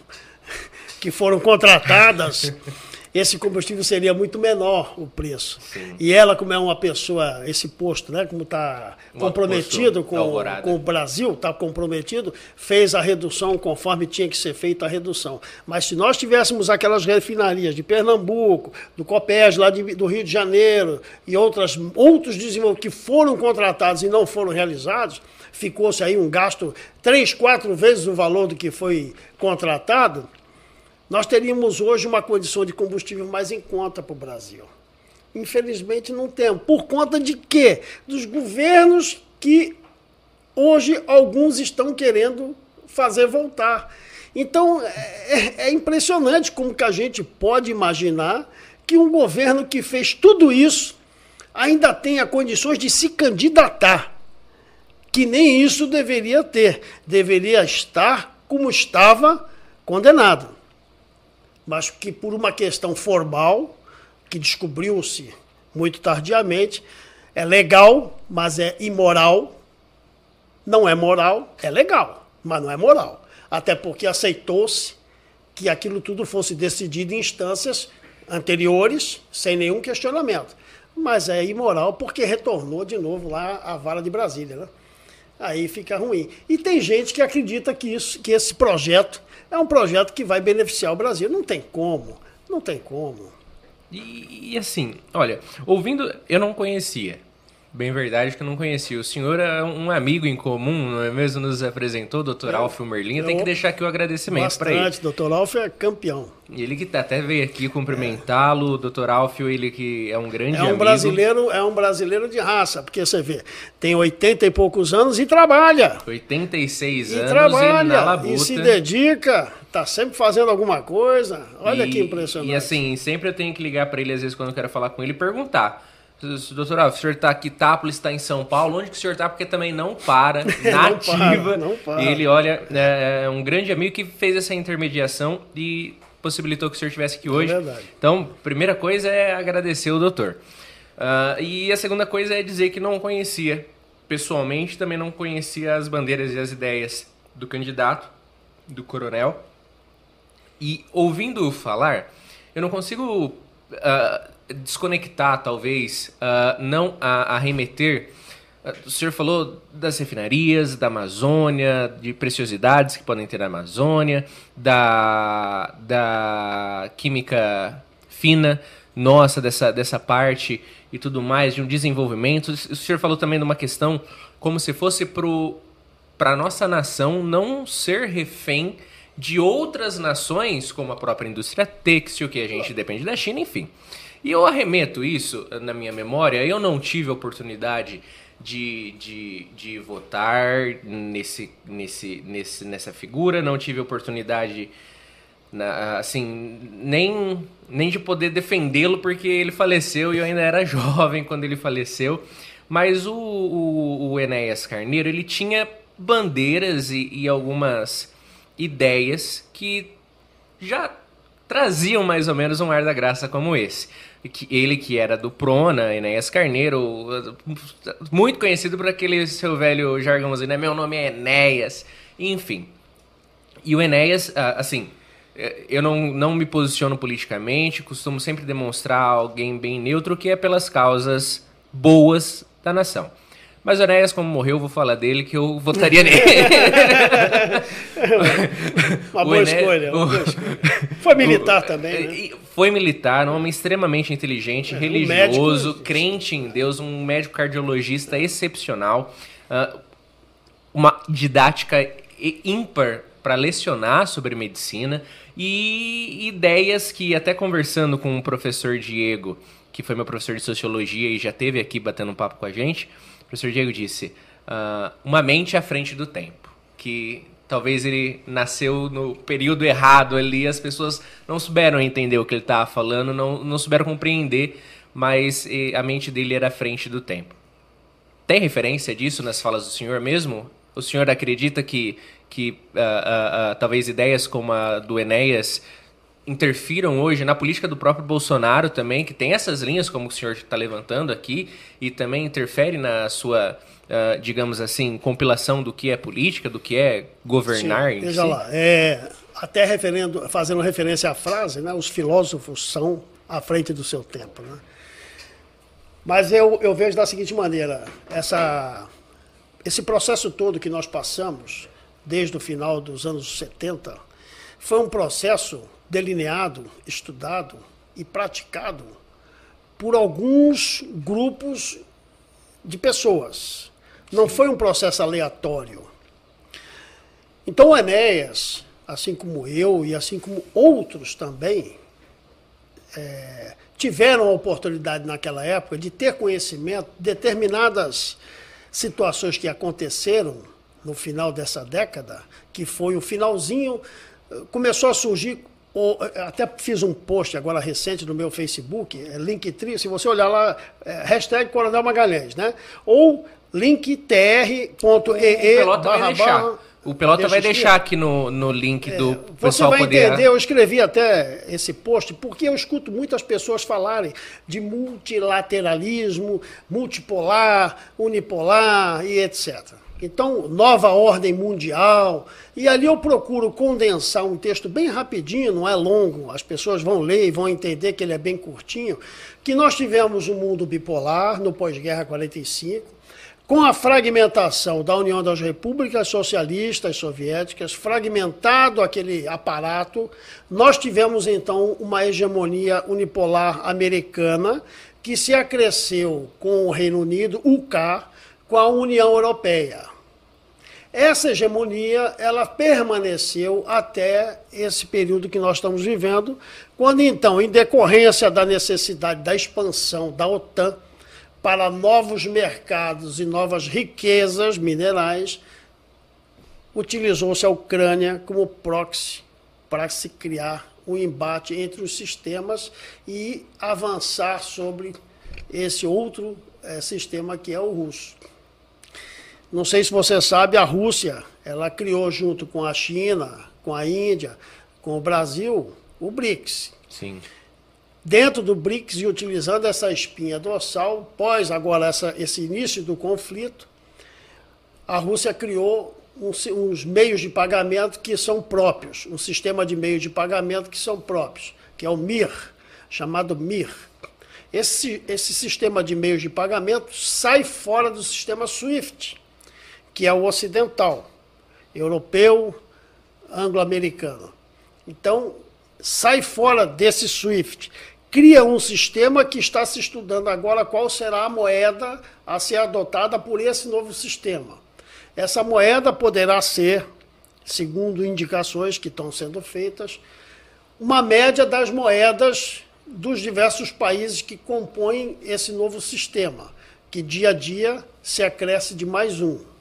que foram contratadas, esse combustível seria muito menor o preço. Sim. E ela, como é uma pessoa, esse posto, né, como está comprometido com, com o Brasil, está comprometido, fez a redução conforme tinha que ser feita a redução. Mas se nós tivéssemos aquelas refinarias de Pernambuco, do Copés, lá de, do Rio de Janeiro, e outras, outros desenvolvimentos que foram contratados e não foram realizados, ficou-se aí um gasto três, quatro vezes o valor do que foi contratado, nós teríamos hoje uma condição de combustível mais em conta para o Brasil. Infelizmente não temos. Por conta de quê? Dos governos que hoje alguns estão querendo fazer voltar. Então é, é impressionante como que a gente pode imaginar que um governo que fez tudo isso ainda tenha condições de se candidatar. Que nem isso deveria ter. Deveria estar como estava condenado. Mas que por uma questão formal, que descobriu-se muito tardiamente, é legal, mas é imoral. Não é moral, é legal, mas não é moral. Até porque aceitou-se que aquilo tudo fosse decidido em instâncias anteriores, sem nenhum questionamento. Mas é imoral porque retornou de novo lá à vara de Brasília, né? Aí fica ruim. E tem gente que acredita que, isso, que esse projeto é um projeto que vai beneficiar o Brasil. Não tem como, não tem como. E, e assim, olha, ouvindo, eu não conhecia, Bem verdade que eu não conhecia. O senhor é um amigo em comum, não é mesmo? Nos apresentou, o doutor Alfio Merlin. Eu tenho que deixar aqui o agradecimento para ele. Bastante, doutor Alfio é campeão. Ele que até veio aqui cumprimentá-lo, o doutor Alfio, ele que é um grande é um amigo. Brasileiro, é um brasileiro de raça, porque você vê, tem oitenta e poucos anos e trabalha. oitenta e seis e anos trabalha, e na labuta. E se dedica, tá sempre fazendo alguma coisa. Olha e, que impressionante. E assim, sempre eu tenho que ligar para ele, às vezes, quando eu quero falar com ele, e perguntar. Doutor Alfio, o senhor está aqui, Itápolis, está em São Paulo, onde que o senhor está? Porque também não para, na não ativa. Para, não para. Ele, olha, é um grande amigo que fez essa intermediação e possibilitou que o senhor estivesse aqui hoje. É verdade. Então, primeira coisa é agradecer o doutor. Uh, e a segunda coisa é dizer que não conhecia, pessoalmente, também não conhecia as bandeiras e as ideias do candidato, do coronel. E ouvindo falar, eu não consigo... Uh, desconectar, talvez, uh, não a, a remeter. Uh, o senhor falou das refinarias, da Amazônia, de preciosidades que podem ter na Amazônia, da, da química fina, nossa, dessa, dessa parte e tudo mais, de um desenvolvimento. O senhor falou também de uma questão como se fosse para a nossa nação não ser refém de outras nações, como a própria indústria têxtil, que a gente depende da China, enfim. E eu arremeto isso na minha memória. Eu não tive a oportunidade de, de, de votar nesse, nesse, nesse, nessa figura, não tive a oportunidade, na, assim, nem, nem de poder defendê-lo, porque ele faleceu e eu ainda era jovem quando ele faleceu. Mas o, o, o Enéas Carneiro, ele tinha bandeiras e, e algumas ideias que já traziam mais ou menos um ar da graça como esse. Ele que era do Prona, Enéas Carneiro, muito conhecido por aquele seu velho jargãozinho, né? Meu nome é Enéas, enfim. E o Enéas, assim, eu não, não me posiciono politicamente, costumo sempre demonstrar alguém bem neutro, que é pelas causas boas da nação. Mas o Enéas, como morreu, eu vou falar dele, que eu votaria nele. Uma boa Enéas, escolha, uma boa escolha. Foi militar o, também, né? Foi militar, um homem extremamente inteligente, é, religioso, um crente em Deus, um médico cardiologista excepcional, uh, uma didática ímpar para lecionar sobre medicina e ideias que, até conversando com o professor Diego, que foi meu professor de sociologia e já esteve aqui batendo um papo com a gente, o professor Diego disse, uh, uma mente à frente do tempo, que talvez ele nasceu no período errado ali, as pessoas não souberam entender o que ele estava falando, não, não souberam compreender, mas a mente dele era à frente do tempo. Tem referência disso nas falas do senhor mesmo? O senhor acredita que, que uh, uh, uh, talvez ideias como a do Enéas interfiram hoje na política do próprio Bolsonaro também, que tem essas linhas como o senhor está levantando aqui, e também interfere na sua, uh, digamos assim, compilação do que é política, do que é governar? Sim, em veja si? lá, é, até referendo, fazendo referência à frase, né, os filósofos são à frente do seu tempo. Né? Mas eu, eu vejo da seguinte maneira, essa, esse processo todo que nós passamos, desde o final dos anos setenta, foi um processo delineado, estudado e praticado por alguns grupos de pessoas. Não foi um processo aleatório. Então o Enéas, assim como eu e assim como outros também, é, tiveram a oportunidade naquela época de ter conhecimento de determinadas situações que aconteceram no final dessa década, que foi o finalzinho, começou a surgir. Até fiz um post agora recente no meu Facebook, é Linktree, se você olhar lá, é, hashtag Coronel Magalhães, né? Ou linktr ponto e e barra barra. O Pelota vai deixar aqui no, no link do é, pessoal você vai poder... entender, eu escrevi até esse post, porque eu escuto muitas pessoas falarem de multilateralismo, multipolar, unipolar e etcétera. Então, nova ordem mundial, e ali eu procuro condensar um texto bem rapidinho, não é longo, as pessoas vão ler e vão entender que ele é bem curtinho, que nós tivemos um mundo bipolar no pós-guerra quarenta e cinco, com a fragmentação da União das Repúblicas Socialistas Soviéticas, fragmentado aquele aparato, nós tivemos então uma hegemonia unipolar americana, que se acresceu com o Reino Unido, o K, com a União Europeia. Essa hegemonia ela permaneceu até esse período que nós estamos vivendo, quando então, em decorrência da necessidade da expansão da OTAN para novos mercados e novas riquezas minerais, utilizou-se a Ucrânia como proxy para se criar um embate entre os sistemas e avançar sobre esse outro é, sistema que é o russo. Não sei se você sabe, a Rússia, ela criou junto com a China, com a Índia, com o Brasil, o BRICS. Sim. Dentro do BRICS e utilizando essa espinha dorsal, pós agora essa, esse início do conflito, a Rússia criou uns, uns meios de pagamento que são próprios, um sistema de meios de pagamento que são próprios, que é o M I R, chamado M I R. Esse, esse sistema de meios de pagamento sai fora do sistema SWIFT, que é o ocidental, europeu, anglo-americano. Então, sai fora desse SWIFT, cria um sistema que está se estudando agora qual será a moeda a ser adotada por esse novo sistema. Essa moeda poderá ser, segundo indicações que estão sendo feitas, uma média das moedas dos diversos países que compõem esse novo sistema, que dia a dia se acresce de mais um.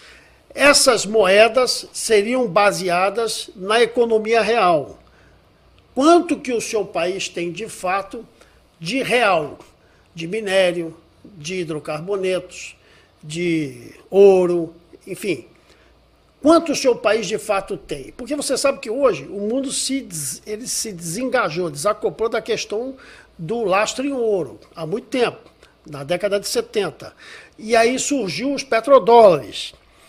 Essas moedas seriam baseadas na economia real. Quanto que o seu país tem, de fato, de real, de minério, de hidrocarbonetos, de ouro, enfim. Quanto o seu país, de fato, tem? Porque você sabe que hoje o mundo se, ele se desengajou, desacoplou da questão do lastro em ouro, há muito tempo, na década de setenta. E aí surgiu os petrodólares.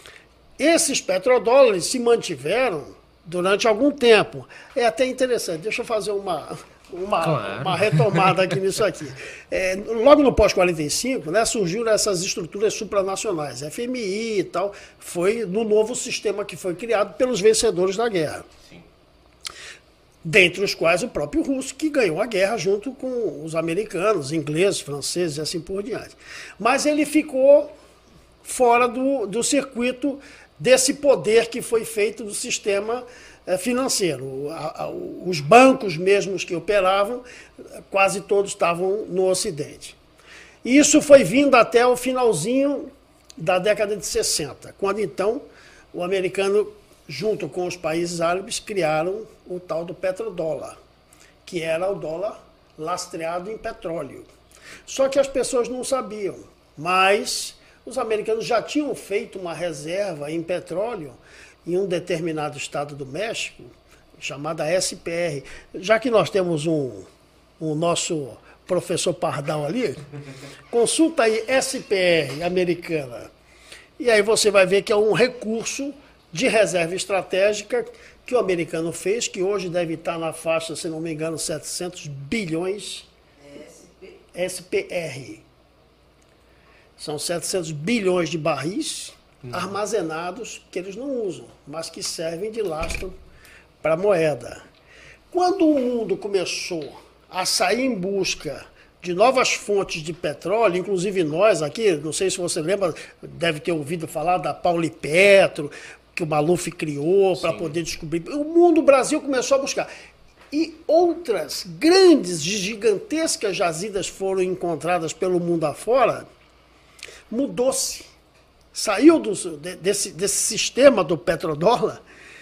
Esses petrodólares se mantiveram durante algum tempo. É até interessante, deixa eu fazer uma, uma, claro. uma retomada aqui nisso aqui. É, logo no pós-quarenta e cinco, né, surgiram essas estruturas supranacionais, F M I e tal, foi no novo sistema que foi criado pelos vencedores da guerra. Sim. Dentre os quais o próprio russo, que ganhou a guerra junto com os americanos, ingleses, franceses e assim por diante. Mas ele ficou fora do, do circuito desse poder que foi feito do sistema eh, financeiro. A, a, os bancos mesmos que operavam, quase todos estavam no Ocidente. E isso foi vindo até o finalzinho da década de sessenta, quando então o americano, junto com os países árabes, criaram o tal do petrodólar, que era o dólar lastreado em petróleo. Só que as pessoas não sabiam, mas os americanos já tinham feito uma reserva em petróleo em um determinado estado do México, chamada S P R. Já que nós temos um, um nosso professor Pardal ali, consulta aí S P R americana. E aí você vai ver que é um recurso de reserva estratégica que o americano fez, que hoje deve estar na faixa, se não me engano, setecentos bilhões S P R. São setecentos bilhões de barris uhum. armazenados que eles não usam, mas que servem de lastro para a moeda. Quando o mundo começou a sair em busca de novas fontes de petróleo, inclusive nós aqui, não sei se você lembra, deve ter ouvido falar da Paulipetro, que o Maluf criou para poder descobrir. O mundo, o Brasil começou a buscar. E outras grandes, gigantescas jazidas foram encontradas pelo mundo afora. Mudou-se, saiu do, desse, desse sistema do petrodólar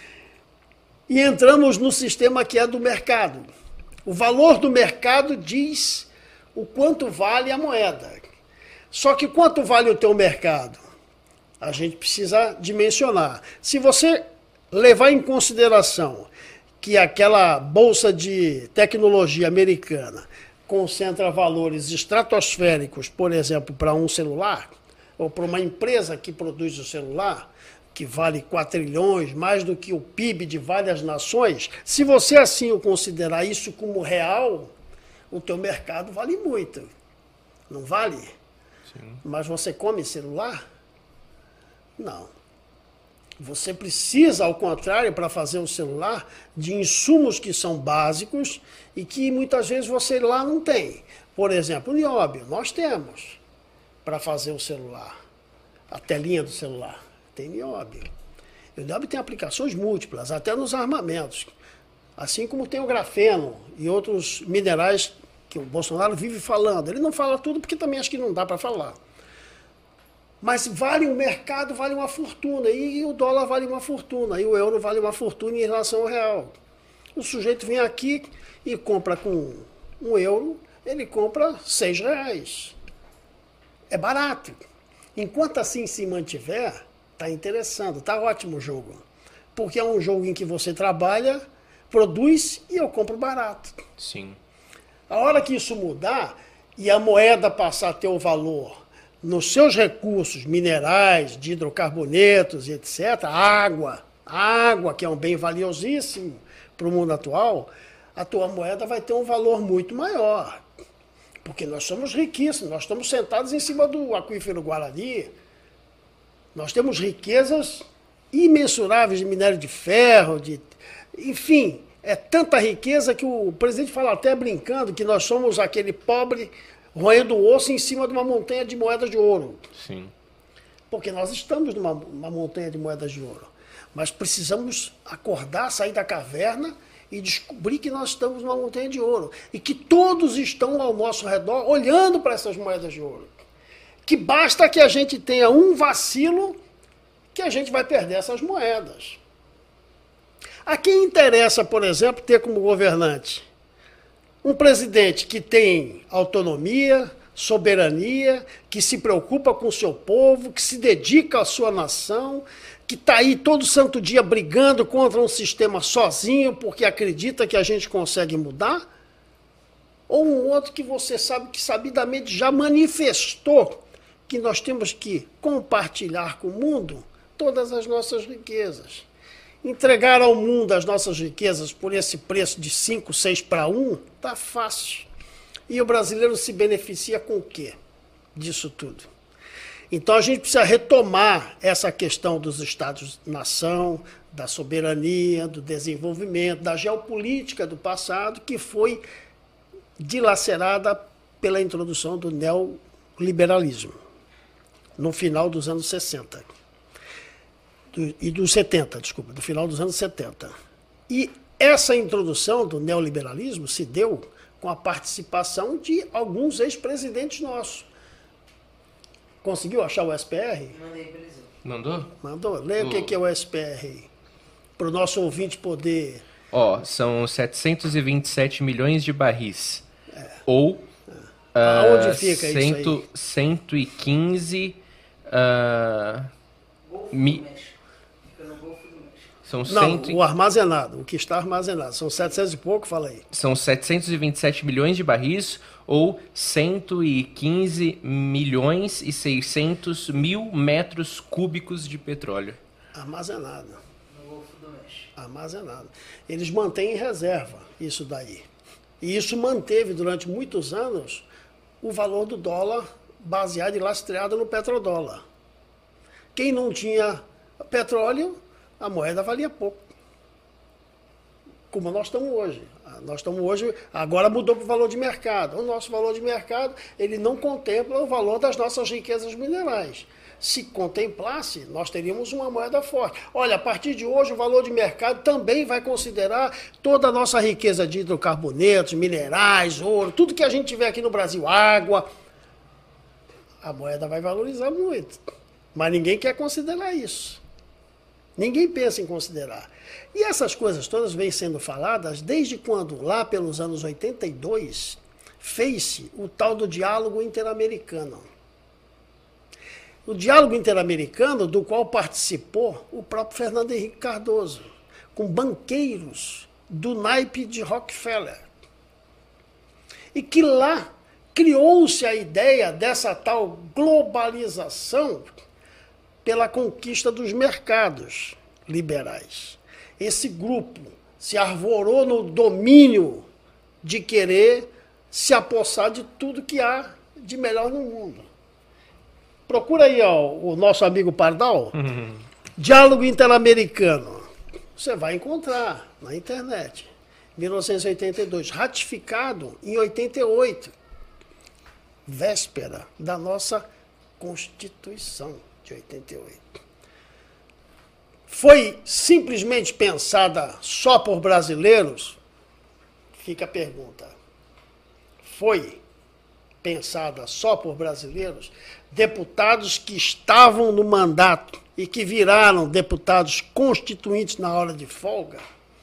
e entramos no sistema que é do mercado. O valor do mercado diz o quanto vale a moeda. Só que quanto vale o teu mercado? A gente precisa dimensionar. Se você levar em consideração que aquela bolsa de tecnologia americana concentra valores estratosféricos, por exemplo, para um celular, ou para uma empresa que produz o celular, que vale quatro trilhões, mais do que o P I B de várias nações, se você assim o considerar isso como real, o teu mercado vale muito. Não vale? Sim. Mas você come celular? Não. Você precisa, ao contrário, para fazer o celular, de insumos que são básicos e que muitas vezes você lá não tem. Por exemplo, o nióbio, nós temos para fazer o celular, a telinha do celular, tem nióbio. O nióbio tem aplicações múltiplas, até nos armamentos, assim como tem o grafeno e outros minerais que o Bolsonaro vive falando. Ele não fala tudo porque também acho que não dá para falar. Mas vale o mercado, vale uma fortuna, e, e o dólar vale uma fortuna, e o euro vale uma fortuna em relação ao real. O sujeito vem aqui e compra com um euro, ele compra seis reais. É barato. Enquanto assim se mantiver, está interessando, está ótimo o jogo. Porque é um jogo em que você trabalha, produz e eu compro barato. Sim. A hora que isso mudar e a moeda passar a ter o valor nos seus recursos minerais, de hidrocarbonetos e etcétera, água, água, que é um bem valiosíssimo para o mundo atual, a tua moeda vai ter um valor muito maior. Porque nós somos riquíssimos, nós estamos sentados em cima do aquífero Guarani, nós temos riquezas imensuráveis de minério de ferro, de, enfim, é tanta riqueza que o presidente fala até brincando que nós somos aquele pobre roendo o osso em cima de uma montanha de moedas de ouro. Sim. Porque nós estamos numa uma montanha de moedas de ouro. Mas precisamos acordar, sair da caverna e descobrir que nós estamos numa montanha de ouro. E que todos estão ao nosso redor olhando para essas moedas de ouro. Que basta que a gente tenha um vacilo que a gente vai perder essas moedas. A quem interessa, por exemplo, ter como governante um presidente que tem autonomia, soberania, que se preocupa com o seu povo, que se dedica à sua nação, que está aí todo santo dia brigando contra um sistema sozinho porque acredita que a gente consegue mudar? Ou um outro que você sabe que sabidamente já manifestou que nós temos que compartilhar com o mundo todas as nossas riquezas? Entregar ao mundo as nossas riquezas por esse preço de cinco, seis para um, está fácil. E o brasileiro se beneficia com o quê disso tudo? Então a gente precisa retomar essa questão dos Estados-nação, da soberania, do desenvolvimento, da geopolítica do passado, que foi dilacerada pela introdução do neoliberalismo, no final dos anos sessenta. Do, e dos setenta, desculpa, do final dos anos setenta. E essa introdução do neoliberalismo se deu com a participação de alguns ex-presidentes nossos. Conseguiu achar o S P R? Mandei pra eles. Mandou? Mandou. Leia o que que é o S P R para o nosso ouvinte poder... Ó, são setecentos e vinte e sete milhões de barris. É. Ou... É. Aonde uh, fica cento, isso aí? cento e quinze... Uh, Golfo mi... do México. Fica no Golfo do México. São Não, cento... o armazenado, o que está armazenado. São setecentos e pouco, fala aí. São setecentos e vinte e sete milhões de barris ou cento e quinze milhões e seiscentos mil metros cúbicos de petróleo. Armazenado. No Golfo do México. Armazenado. Eles mantêm em reserva isso daí. E isso manteve durante muitos anos o valor do dólar baseado e lastreado no petrodólar. Quem não tinha petróleo, a moeda valia pouco. Como nós estamos hoje. Nós estamos hoje, agora mudou para o valor de mercado. O nosso valor de mercado, ele não contempla o valor das nossas riquezas minerais. Se contemplasse, nós teríamos uma moeda forte. Olha, a partir de hoje, o valor de mercado também vai considerar toda a nossa riqueza de hidrocarbonetos, minerais, ouro, tudo que a gente tiver aqui no Brasil, água. A moeda vai valorizar muito. Mas ninguém quer considerar isso. Ninguém pensa em considerar. E essas coisas todas vêm sendo faladas desde quando, lá pelos anos oitenta e dois, fez-se o tal do diálogo interamericano. O diálogo interamericano, do qual participou o próprio Fernando Henrique Cardoso, com banqueiros do naipe de Rockefeller. E que lá criou-se a ideia dessa tal globalização pela conquista dos mercados liberais. Esse grupo se arvorou no domínio de querer se apossar de tudo que há de melhor no mundo. Procura aí ó, o nosso amigo Pardal, uhum. Diálogo Interamericano. Você vai encontrar na internet. mil novecentos e oitenta e dois, ratificado em oitenta e oito. véspera da nossa Constituição de oitenta e oito. Foi simplesmente pensada só por brasileiros? Fica a pergunta. Foi pensada só por brasileiros? Deputados que estavam no mandato e que viraram deputados constituintes na hora de folga?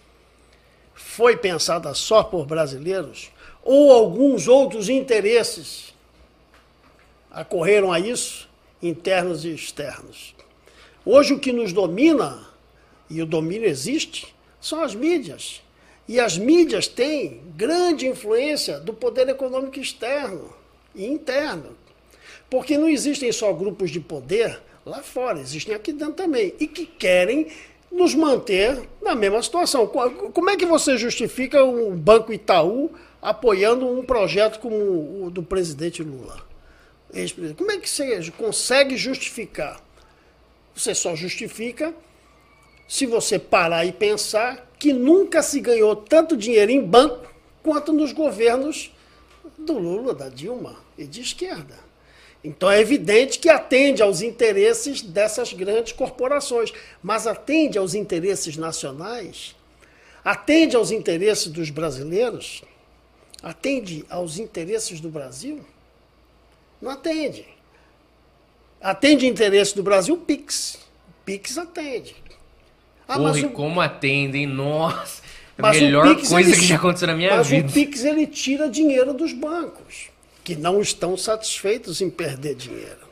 Foi pensada só por brasileiros? Ou alguns outros interesses acorreram a isso, internos e externos? Hoje o que nos domina, e o domínio existe, são as mídias. E as mídias têm grande influência do poder econômico externo e interno. Porque não existem só grupos de poder lá fora, existem aqui dentro também. E que querem nos manter na mesma situação. Como é que você justifica o Banco Itaú apoiando um projeto como o do presidente Lula? Como é que você consegue justificar? Você só justifica se você parar e pensar que nunca se ganhou tanto dinheiro em banco quanto nos governos do Lula, da Dilma e de esquerda. Então é evidente que atende aos interesses dessas grandes corporações, mas atende aos interesses nacionais, atende aos interesses dos brasileiros, atende aos interesses do Brasil? Não atende. Atende interesse do Brasil, o Pix. O Pix atende. Ah, Porra, mas o... como atendem? Nossa, a mas melhor Pix, coisa ele... que já aconteceu na minha mas vida. Mas o Pix, ele tira dinheiro dos bancos, que não estão satisfeitos em perder dinheiro.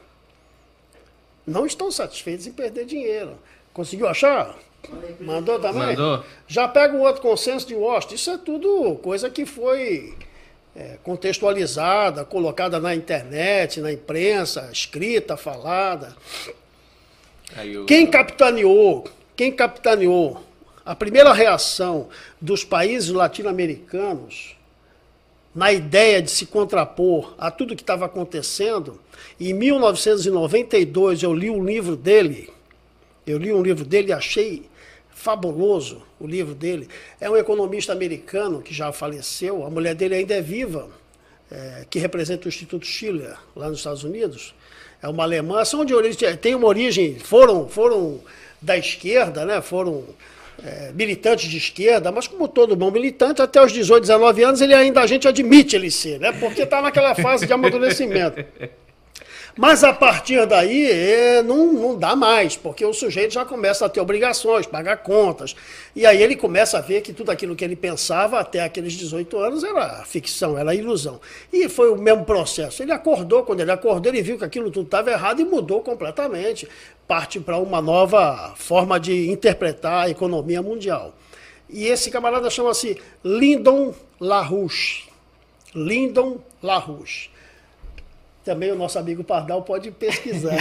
Não estão satisfeitos em perder dinheiro. Conseguiu achar? Mandou também? Mandou. Já pega o outro consenso de Washington. Isso é tudo coisa que foi... É, contextualizada, colocada na internet, na imprensa, escrita, falada. Eu... Quem capitaneou, quem capitaneou a primeira reação dos países latino-americanos na ideia de se contrapor a tudo que estava acontecendo, em mil novecentos e noventa e dois eu li um livro dele, eu li um livro dele e achei fabuloso o livro dele. É um economista americano que já faleceu, a mulher dele ainda é viva, é, que representa o Instituto Schiller, lá nos Estados Unidos. É uma alemã, são de origem, tem uma origem, foram, foram da esquerda, né? Foram é, militantes de esquerda, mas como todo bom militante, até os dezoito, dezenove anos, ele ainda, a gente admite ele ser, né? Porque está naquela fase de amadurecimento. Mas a partir daí é, não, não dá mais, porque o sujeito já começa a ter obrigações, pagar contas. E aí ele começa a ver que tudo aquilo que ele pensava até aqueles dezoito anos era ficção, era ilusão. E foi o mesmo processo. Ele acordou, quando ele acordou, ele viu que aquilo tudo estava errado e mudou completamente. Parte para uma nova forma de interpretar a economia mundial. E esse camarada chama-se Lyndon LaRouche. Lyndon LaRouche. Também o nosso amigo Pardal pode pesquisar.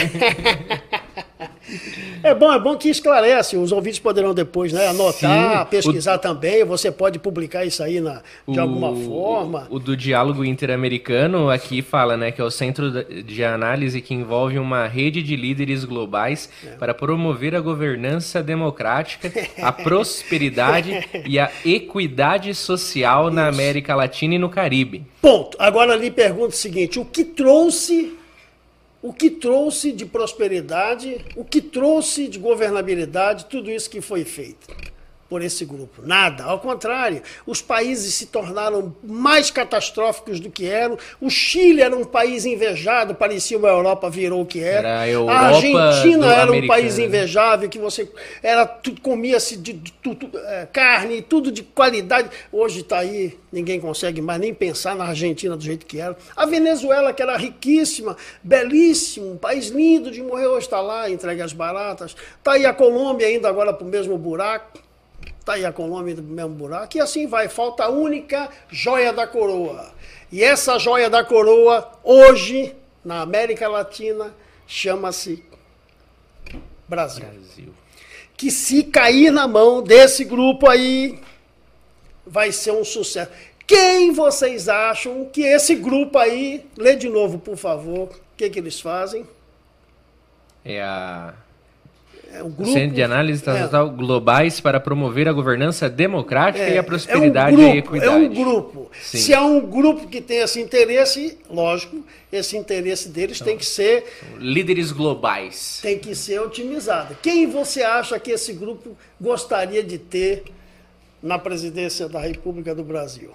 É bom, é bom que esclarece. Os ouvintes poderão depois, né, anotar, sim, pesquisar o... também. Você pode publicar isso aí na, de o... alguma forma. O, o do Diálogo Interamericano aqui fala, né, que é o centro de análise que envolve uma rede de líderes globais é. para promover a governança democrática, a prosperidade e a equidade social isso. na América Latina e no Caribe. Ponto. Agora lhe pergunto o seguinte, o que trouxe... O que trouxe de prosperidade, o que trouxe de governabilidade, tudo isso que foi feito por esse grupo? Nada, ao contrário, os países se tornaram mais catastróficos do que eram. O Chile era um país invejado, parecia uma Europa, virou o que era. Era a Europa a Argentina era um americano. país invejável, que você era tudo, comia-se de, de, de, de, é, carne, tudo de qualidade. Hoje está aí, ninguém consegue mais nem pensar na Argentina do jeito que era. A Venezuela, que era riquíssima, belíssimo, um país lindo de morrer, hoje está lá, entregue às baratas. Está aí a Colômbia ainda agora para o mesmo buraco. Está aí a Colômbia do mesmo buraco, e assim vai, falta a única joia da coroa. E essa joia da coroa, hoje, na América Latina, chama-se Brasil. Brasil. Que se cair na mão desse grupo aí, vai ser um sucesso. Quem vocês acham que esse grupo aí, lê de novo, por favor, o que, que eles fazem? É a... É um grupo, Centro de Análise Estatal é, Globais para promover a governança democrática é, e a prosperidade é um grupo, e a equidade. É um grupo. Sim. Se há um grupo que tem esse interesse, lógico, esse interesse deles então, tem que ser... Líderes globais. Tem que ser otimizado. Quem você acha que esse grupo gostaria de ter na presidência da República do Brasil?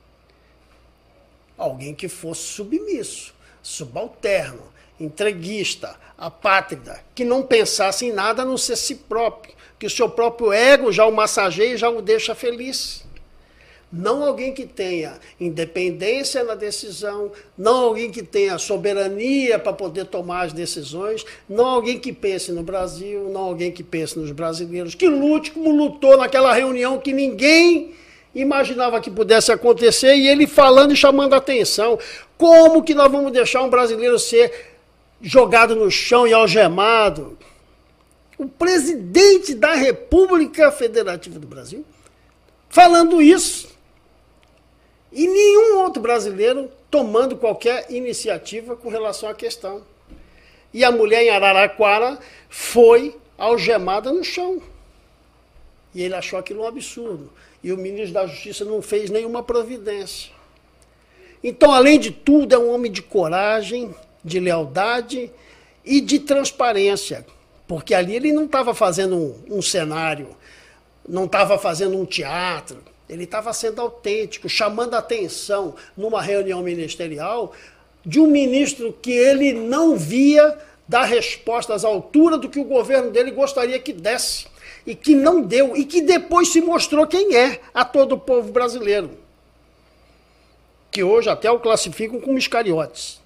Alguém que fosse submisso, subalterno, entreguista, apátrida, que não pensasse em nada a não ser si próprio, que o seu próprio ego já o massageia e já o deixa feliz. Não alguém que tenha independência na decisão, não alguém que tenha soberania para poder tomar as decisões, não alguém que pense no Brasil, não alguém que pense nos brasileiros, que lute como lutou naquela reunião que ninguém imaginava que pudesse acontecer, e ele falando e chamando a atenção. Como que nós vamos deixar um brasileiro ser jogado no chão e algemado? O presidente da República Federativa do Brasil falando isso, e nenhum outro brasileiro tomando qualquer iniciativa com relação à questão. E a mulher em Araraquara foi algemada no chão. E ele achou aquilo um absurdo. E o ministro da Justiça não fez nenhuma providência. Então, além de tudo, é um homem de coragem, de lealdade e de transparência. Porque ali ele não estava fazendo um, um cenário, não estava fazendo um teatro. Ele estava sendo autêntico, chamando a atenção numa reunião ministerial de um ministro que ele não via dar respostas à altura do que o governo dele gostaria que desse. E que não deu, e que depois se mostrou quem é a todo o povo brasileiro. Que hoje até o classificam como iscariotes.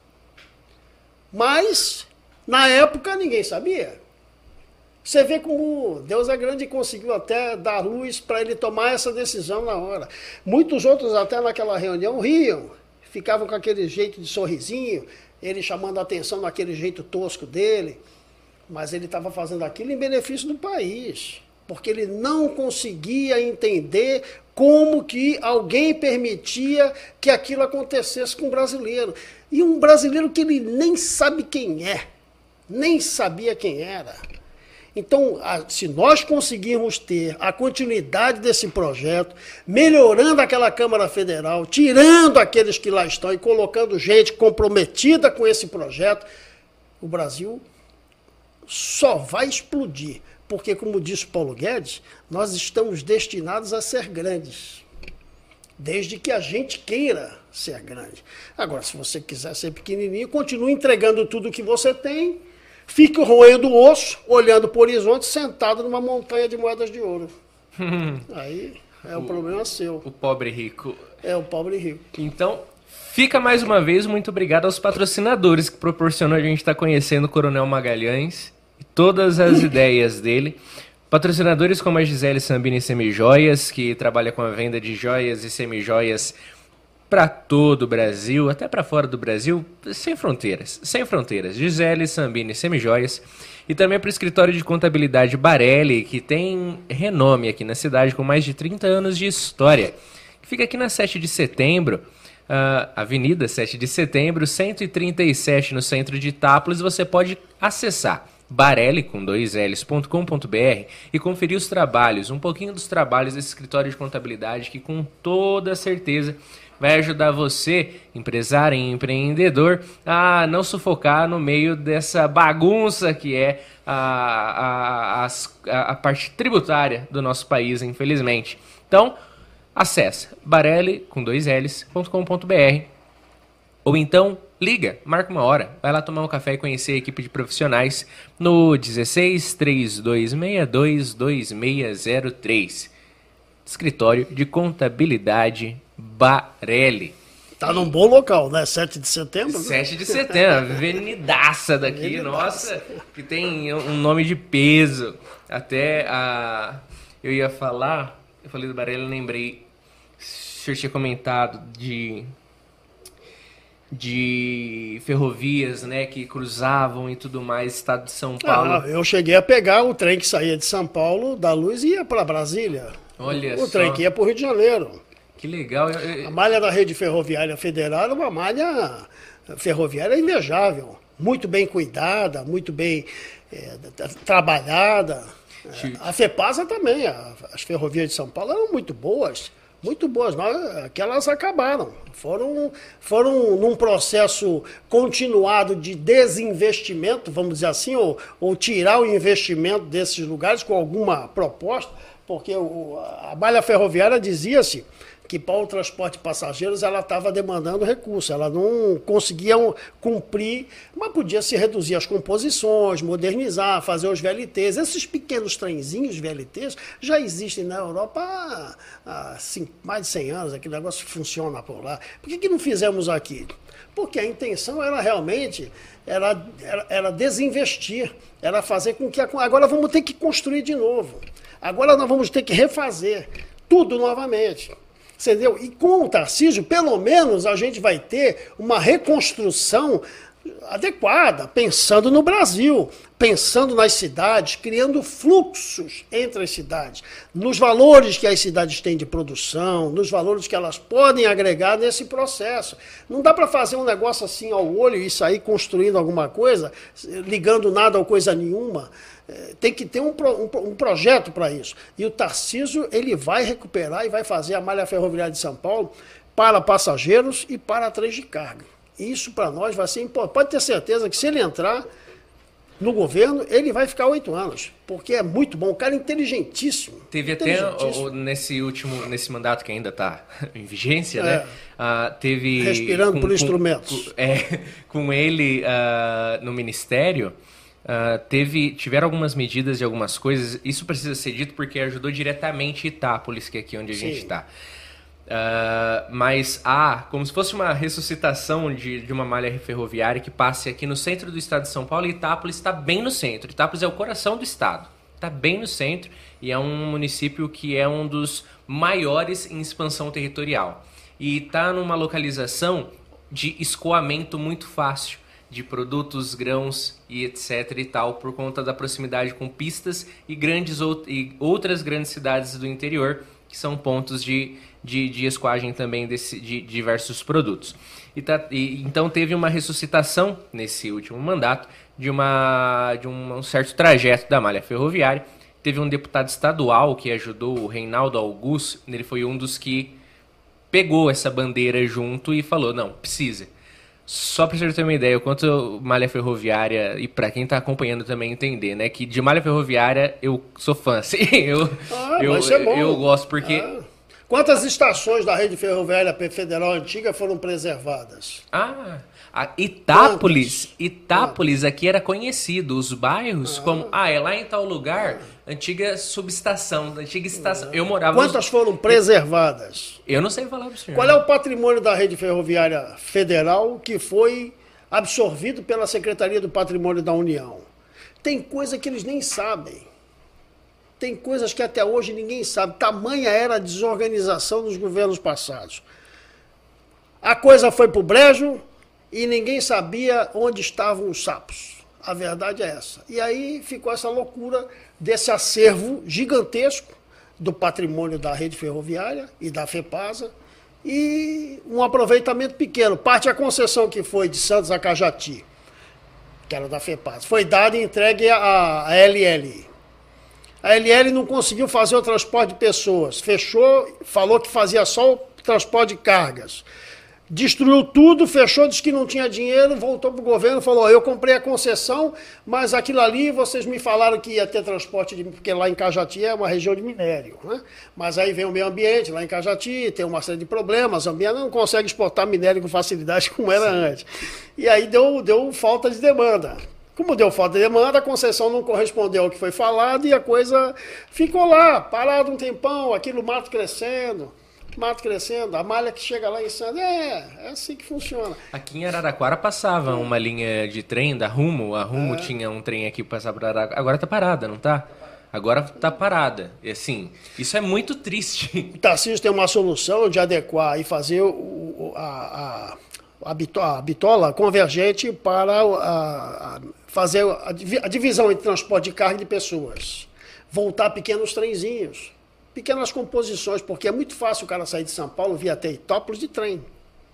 Mas, na época, ninguém sabia. Você vê como Deus é grande e conseguiu até dar luz para ele tomar essa decisão na hora. Muitos outros até naquela reunião riam, ficavam com aquele jeito de sorrisinho, ele chamando a atenção naquele jeito tosco dele. Mas ele estava fazendo aquilo em benefício do país, porque ele não conseguia entender como que alguém permitia que aquilo acontecesse com um brasileiro. E um brasileiro que ele nem sabe quem é, nem sabia quem era. Então, se nós conseguirmos ter a continuidade desse projeto, melhorando aquela Câmara Federal, tirando aqueles que lá estão e colocando gente comprometida com esse projeto, o Brasil só vai explodir. Porque, como disse Paulo Guedes, nós estamos destinados a ser grandes, desde que a gente queira ser grande. Agora, se você quiser ser pequenininho, continue entregando tudo que você tem, fique roendo o osso, olhando para o horizonte, sentado numa montanha de moedas de ouro. Aí é o, o problema seu. O pobre rico. É o pobre rico. Então, fica mais uma vez, muito obrigado aos patrocinadores que proporcionou a gente estar conhecendo o Coronel Magalhães e todas as ideias dele. Patrocinadores como a Gisele Sambini Semijoias, que trabalha com a venda de joias e semijoias para todo o Brasil, até para fora do Brasil, sem fronteiras, sem fronteiras. Gisele Sambini Semijoias. E também para o escritório de contabilidade Barelli, que tem renome aqui na cidade, com mais de trinta anos de história. Fica aqui na sete de setembro, uh, Avenida sete de setembro, cento e trinta e sete, no centro de Itápolis. Você pode acessar barelli com dois l's ponto com ponto br e conferir os trabalhos, um pouquinho dos trabalhos desse escritório de contabilidade que com toda certeza vai ajudar você, empresário e empreendedor, a não sufocar no meio dessa bagunça que é a, a, a, a parte tributária do nosso país, infelizmente. Então, acesse barelli com dois l's ponto com ponto br ou então liga, marca uma hora, vai lá tomar um café e conhecer a equipe de profissionais no dezesseis, trinta e dois, sessenta e dois, vinte e seis zero três. Escritório de Contabilidade Barelli. Tá num bom local, né? sete de setembro? sete de setembro, avenidaça daqui, avenidaça. Nossa, que tem um nome de peso. Até a... eu ia falar, eu falei do Barelli, lembrei, o senhor tinha comentado de... de ferrovias, né, que cruzavam e tudo mais, estado de São Paulo. Ah, eu cheguei a pegar o trem que saía de São Paulo, da Luz, e ia para Brasília. Olha o só. O trem que ia para o Rio de Janeiro. Que legal. Eu, eu... A malha da rede ferroviária federal era uma malha ferroviária invejável. muito bem cuidada, muito bem é, trabalhada. É, a FEPASA também, a, as ferrovias de São Paulo eram muito boas, muito boas, mas aquelas acabaram. Foram, foram num processo continuado de desinvestimento, vamos dizer assim, ou, ou tirar o investimento desses lugares com alguma proposta, porque o, a malha ferroviária dizia-se que para o transporte de passageiros ela estava demandando recursos, ela não conseguia cumprir, mas podia se reduzir as composições, modernizar, fazer os V L Ts. Esses pequenos trenzinhos V L Ts já existem na Europa há, há cinco, mais de cem anos, aquele negócio funciona por lá. Por que, que não fizemos aqui? Porque a intenção era realmente era, era, era desinvestir, era fazer com que... A, agora vamos ter que construir de novo, agora nós vamos ter que refazer tudo novamente. Entendeu? E com o Tarcísio, pelo menos, a gente vai ter uma reconstrução adequada, pensando no Brasil, pensando nas cidades, criando fluxos entre as cidades, nos valores que as cidades têm de produção, nos valores que elas podem agregar nesse processo. Não dá para fazer um negócio assim ao olho e sair construindo alguma coisa, ligando nada ou coisa nenhuma. Tem que ter um, um, um projeto para isso. E o Tarcísio ele vai recuperar e vai fazer a malha ferroviária de São Paulo para passageiros e para trens de carga. Isso para nós vai ser importante. Pode ter certeza que se ele entrar no governo, ele vai ficar oito anos, porque é muito bom, um cara inteligentíssimo. Teve inteligentíssimo. até nesse último, nesse mandato que ainda está em vigência, é. né? Uh, teve respirando com, por com, instrumentos. Com, é, com ele uh, no ministério. Uh, teve, tiveram algumas medidas e algumas coisas, isso precisa ser dito porque ajudou diretamente Itápolis, que é aqui onde a Sim. gente está. Uh, mas há, como se fosse uma ressuscitação de, de uma malha ferroviária que passe aqui no centro do estado de São Paulo, e Itápolis está bem no centro. Itápolis é o coração do estado, está bem no centro e é um município que é um dos maiores em expansão territorial. E está numa localização de escoamento muito fácil de produtos, grãos e etc e tal, por conta da proximidade com pistas e, grandes ou, e outras grandes cidades do interior, que são pontos de, de, de escoagem também desse, de diversos produtos. E tá, e, então teve uma ressuscitação, nesse último mandato, de, uma, de um, um certo trajeto da malha ferroviária. Teve um deputado estadual que ajudou, o Reinaldo Augusto, ele foi um dos que pegou essa bandeira junto e falou, não, precisa. Só para você ter uma ideia, o quanto malha ferroviária, e para quem está acompanhando também entender, né? Que de malha ferroviária eu sou fã, assim, eu, ah, eu, mas isso é bom. eu gosto, porque... Ah. Quantas estações da rede ferroviária federal antiga foram preservadas? Ah, a Itápolis, Quantas? Itápolis aqui era conhecido, os bairros ah. como, ah, é lá em tal lugar, antiga subestação, antiga estação, ah. eu morava... Quantas nos... foram preservadas? Eu não sei falar para o senhor. Qual é o patrimônio da rede ferroviária federal que foi absorvido pela Secretaria do Patrimônio da União? Tem coisa que eles nem sabem. Tem coisas que até hoje ninguém sabe. Tamanha era a desorganização dos governos passados. A coisa foi para o brejo e ninguém sabia onde estavam os sapos. A verdade é essa. E aí ficou essa loucura desse acervo gigantesco do patrimônio da rede ferroviária e da FEPASA e um aproveitamento pequeno. Parte da concessão que foi de Santos a Cajati, que era da FEPASA, foi dada e entregue à, à L L. A L L não conseguiu fazer o transporte de pessoas, fechou, falou que fazia só o transporte de cargas. Destruiu tudo, fechou, disse que não tinha dinheiro, voltou para o governo e falou, eu comprei a concessão, mas aquilo ali vocês me falaram que ia ter transporte, de, porque lá em Cajati é uma região de minério, né? Mas aí vem o meio ambiente, lá em Cajati tem uma série de problemas, o ambiente não consegue exportar minério com facilidade como era Sim. antes. E aí deu, deu falta de demanda. Como deu falta de demanda, a concessão não correspondeu ao que foi falado e a coisa ficou lá, parado um tempão, aquilo mato crescendo, mato crescendo, a malha que chega lá em Santos, é, é assim que funciona. Aqui em Araraquara passava uma linha de trem da Rumo, a Rumo é. tinha um trem aqui que passava para Araraquara, agora tá parada, não tá? Agora tá parada, e assim, isso é muito triste. O Tarcísio tem uma solução de adequar e fazer o, a... a a bitola convergente para a, a fazer a, a divisão entre transporte de carga e de pessoas. Voltar pequenos trenzinhos, pequenas composições, porque é muito fácil o cara sair de São Paulo vir até Itápolis de trem.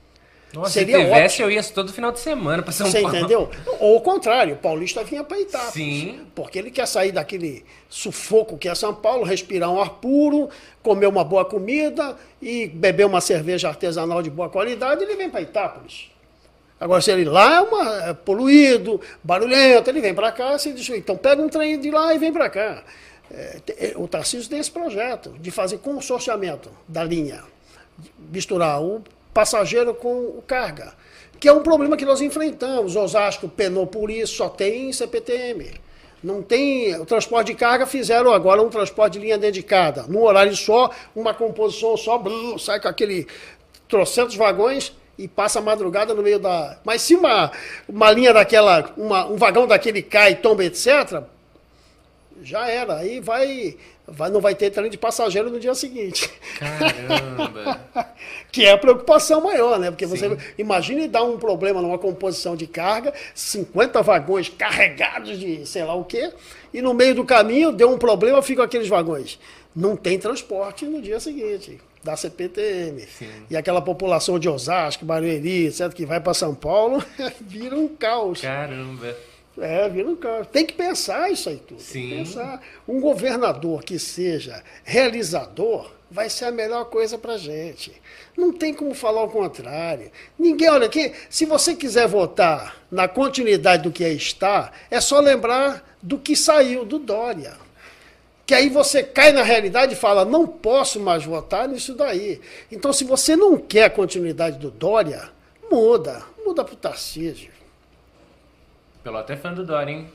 Nossa, Seria se tivesse, ótimo. eu ia todo final de semana para São Você Paulo. entendeu? Ou o contrário, o paulista vinha para Itápolis. Sim. Porque ele quer sair daquele sufoco que é São Paulo, respirar um ar puro, comer uma boa comida e beber uma cerveja artesanal de boa qualidade, ele vem para Itápolis. Agora, se ele lá é, uma, é poluído, barulhento, ele vem para cá, se diz, então pega um trem de lá e vem para cá. É, o Tarcísio tem esse projeto de fazer consorciamento da linha, misturar o passageiro com o carga, que é um problema que nós enfrentamos. Osasco penou por isso, só tem C P T M. Não tem. O transporte de carga fizeram agora um transporte de linha dedicada. Num horário só, uma composição só, blum, sai com aquele trocentos vagões e passa a madrugada no meio da. Mas se uma, uma linha daquela, uma, um vagão daquele cai, tomba, etcétera, já era. Aí vai. Vai, não vai ter trem de passageiro no dia seguinte. Caramba! Que é a preocupação maior, né? Porque você Sim. imagine dar um problema numa composição de carga, cinquenta vagões carregados de sei lá o quê, e no meio do caminho deu um problema, ficam aqueles vagões. Não tem transporte no dia seguinte, da C P T M. Sim. E aquela população de Osasco, Barueri, etcétera, que vai para São Paulo, vira um caos. Caramba! É, vira um caos. Tem que pensar isso aí tudo. Sim. Tem que pensar. Um governador que seja realizador vai ser a melhor coisa para a gente. Não tem como falar o contrário. Ninguém, olha aqui, se você quiser votar na continuidade do que aí está, é só lembrar do que saiu do Dória. Que aí você cai na realidade e fala, não posso mais votar nisso daí. Então, se você não quer a continuidade do Dória, muda. Muda para o Tarcísio. Pelota é fã do Dória, hein?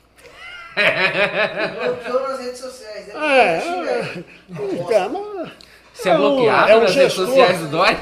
Bloqueou nas redes sociais. Deve É, ter é, aí. é, mas- Você é um- bloqueado é um nas redes gestor. sociais do Dória?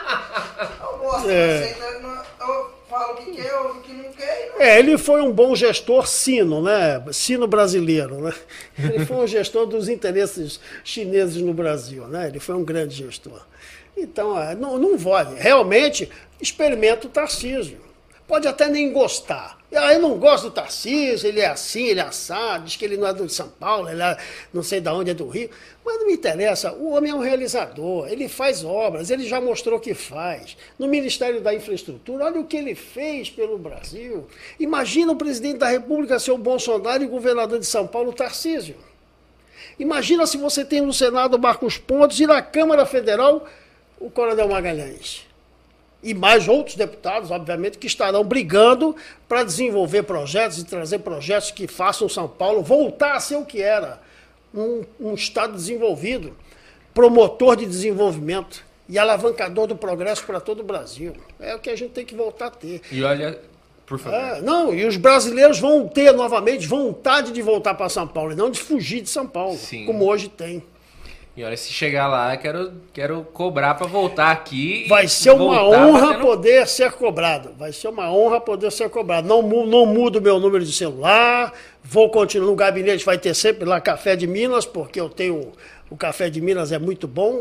Eu gosto, É. aceita, não- eu falo o que quer, eu o que não quer. e não- É, ele foi um bom gestor sino, né? Sino brasileiro, né? Ele foi um gestor dos interesses chineses no Brasil, né? Ele foi um grande gestor. Então, é, não, não vale. Realmente, experimenta o Tarcísio. Pode até nem gostar. Ah, eu não gosto do Tarcísio, ele é assim, ele é assado, diz que ele não é de São Paulo, ele é não sei de onde, é do Rio. Mas não me interessa, o homem é um realizador, ele faz obras, ele já mostrou que faz. No Ministério da Infraestrutura, olha o que ele fez pelo Brasil. Imagina o presidente da República ser o Bolsonaro e o governador de São Paulo, o Tarcísio. Imagina se você tem no Senado o Marcos Pontes e na Câmara Federal o Coronel Magalhães. E mais outros deputados, obviamente, que estarão brigando para desenvolver projetos e trazer projetos que façam São Paulo voltar a ser o que era, um, um Estado desenvolvido, promotor de desenvolvimento e alavancador do progresso para todo o Brasil. É o que a gente tem que voltar a ter. E olha, por favor. É, não, e os brasileiros vão ter novamente vontade de voltar para São Paulo e não de fugir de São Paulo, Sim. como hoje tem. E olha, se chegar lá, quero, quero cobrar para voltar aqui. e Vai ser uma voltar honra batendo- poder ser cobrado. Vai ser uma honra poder ser cobrado. Não, mu- não mudo o meu número de celular. Vou continuar no gabinete, vai ter sempre lá Café de Minas, porque eu tenho. O Café de Minas é muito bom.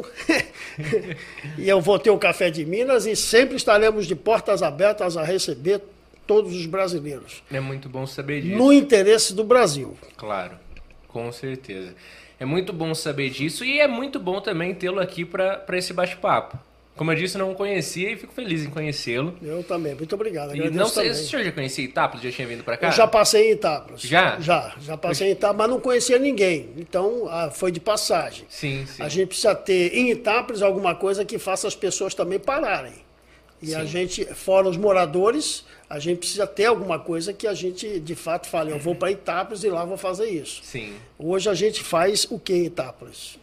E eu vou ter o Café de Minas e sempre estaremos de portas abertas a receber todos os brasileiros. É muito bom saber disso. No interesse do Brasil. Claro, com certeza. É muito bom saber disso e é muito bom também tê-lo aqui para esse bate-papo. Como eu disse, eu não o conhecia e fico feliz em conhecê-lo. Eu também. Muito obrigado. E Agradeço não sei, também. o senhor já conhecia Itápolis? Já tinha vindo para cá? Eu já passei em Itápolis. Já? Já, já passei em Itápolis, mas não conhecia ninguém. Então, ah, foi de passagem. Sim, sim. A gente precisa ter em Itápolis alguma coisa que faça as pessoas também pararem. E a Sim. gente, fora os moradores, a gente precisa ter alguma coisa que a gente, de fato, fale, eu vou para Itápolis e lá vou fazer isso. Sim. Hoje a gente faz o que em Itápolis?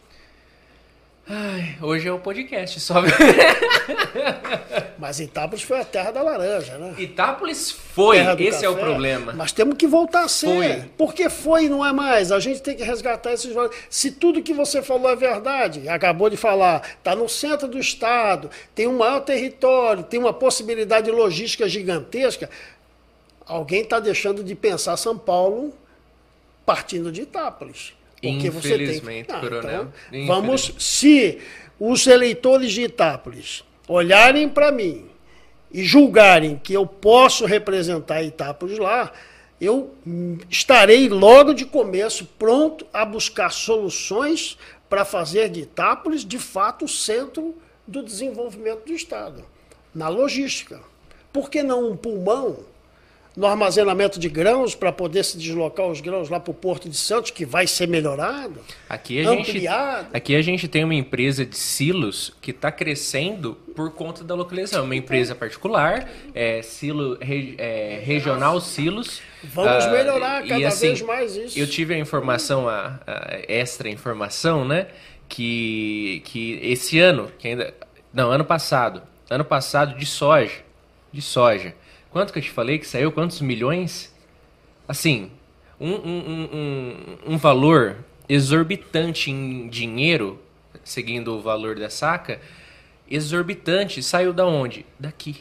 Ai, hoje é o podcast só. Mas Itápolis foi a terra da laranja, né? Itápolis foi, Terra do esse é o café. problema. Mas temos que voltar a ser. Foi. Porque foi e não é mais. A gente tem que resgatar esses valores. Se tudo que você falou é verdade, acabou de falar, está no centro do estado, tem um maior território, tem uma possibilidade logística gigantesca, alguém está deixando de pensar São Paulo partindo de Itápolis. Porque você tem Infelizmente, que... coronel. Então, vamos, se os eleitores de Itápolis olharem para mim e julgarem que eu posso representar Itápolis lá, eu hum, estarei logo de começo pronto a buscar soluções para fazer de Itápolis, de fato, o centro do desenvolvimento do Estado. Na logística. Por que não um pulmão no armazenamento de grãos para poder se deslocar os grãos lá para o Porto de Santos, que vai ser melhorado, aqui a ampliado? Gente, aqui a gente tem uma empresa de silos que está crescendo por conta da localização. Uma empresa particular, é, silo, re, é, regional silos. Vamos melhorar uh, cada e, assim, vez mais isso. Eu tive a informação, a, a extra informação, né? Que, que esse ano, que ainda, não, ano passado, ano passado de soja, de soja, quanto que eu te falei que saiu? Quantos milhões? Assim, um, um, um, um valor exorbitante em dinheiro, seguindo o valor da saca, exorbitante, saiu da onde? Daqui.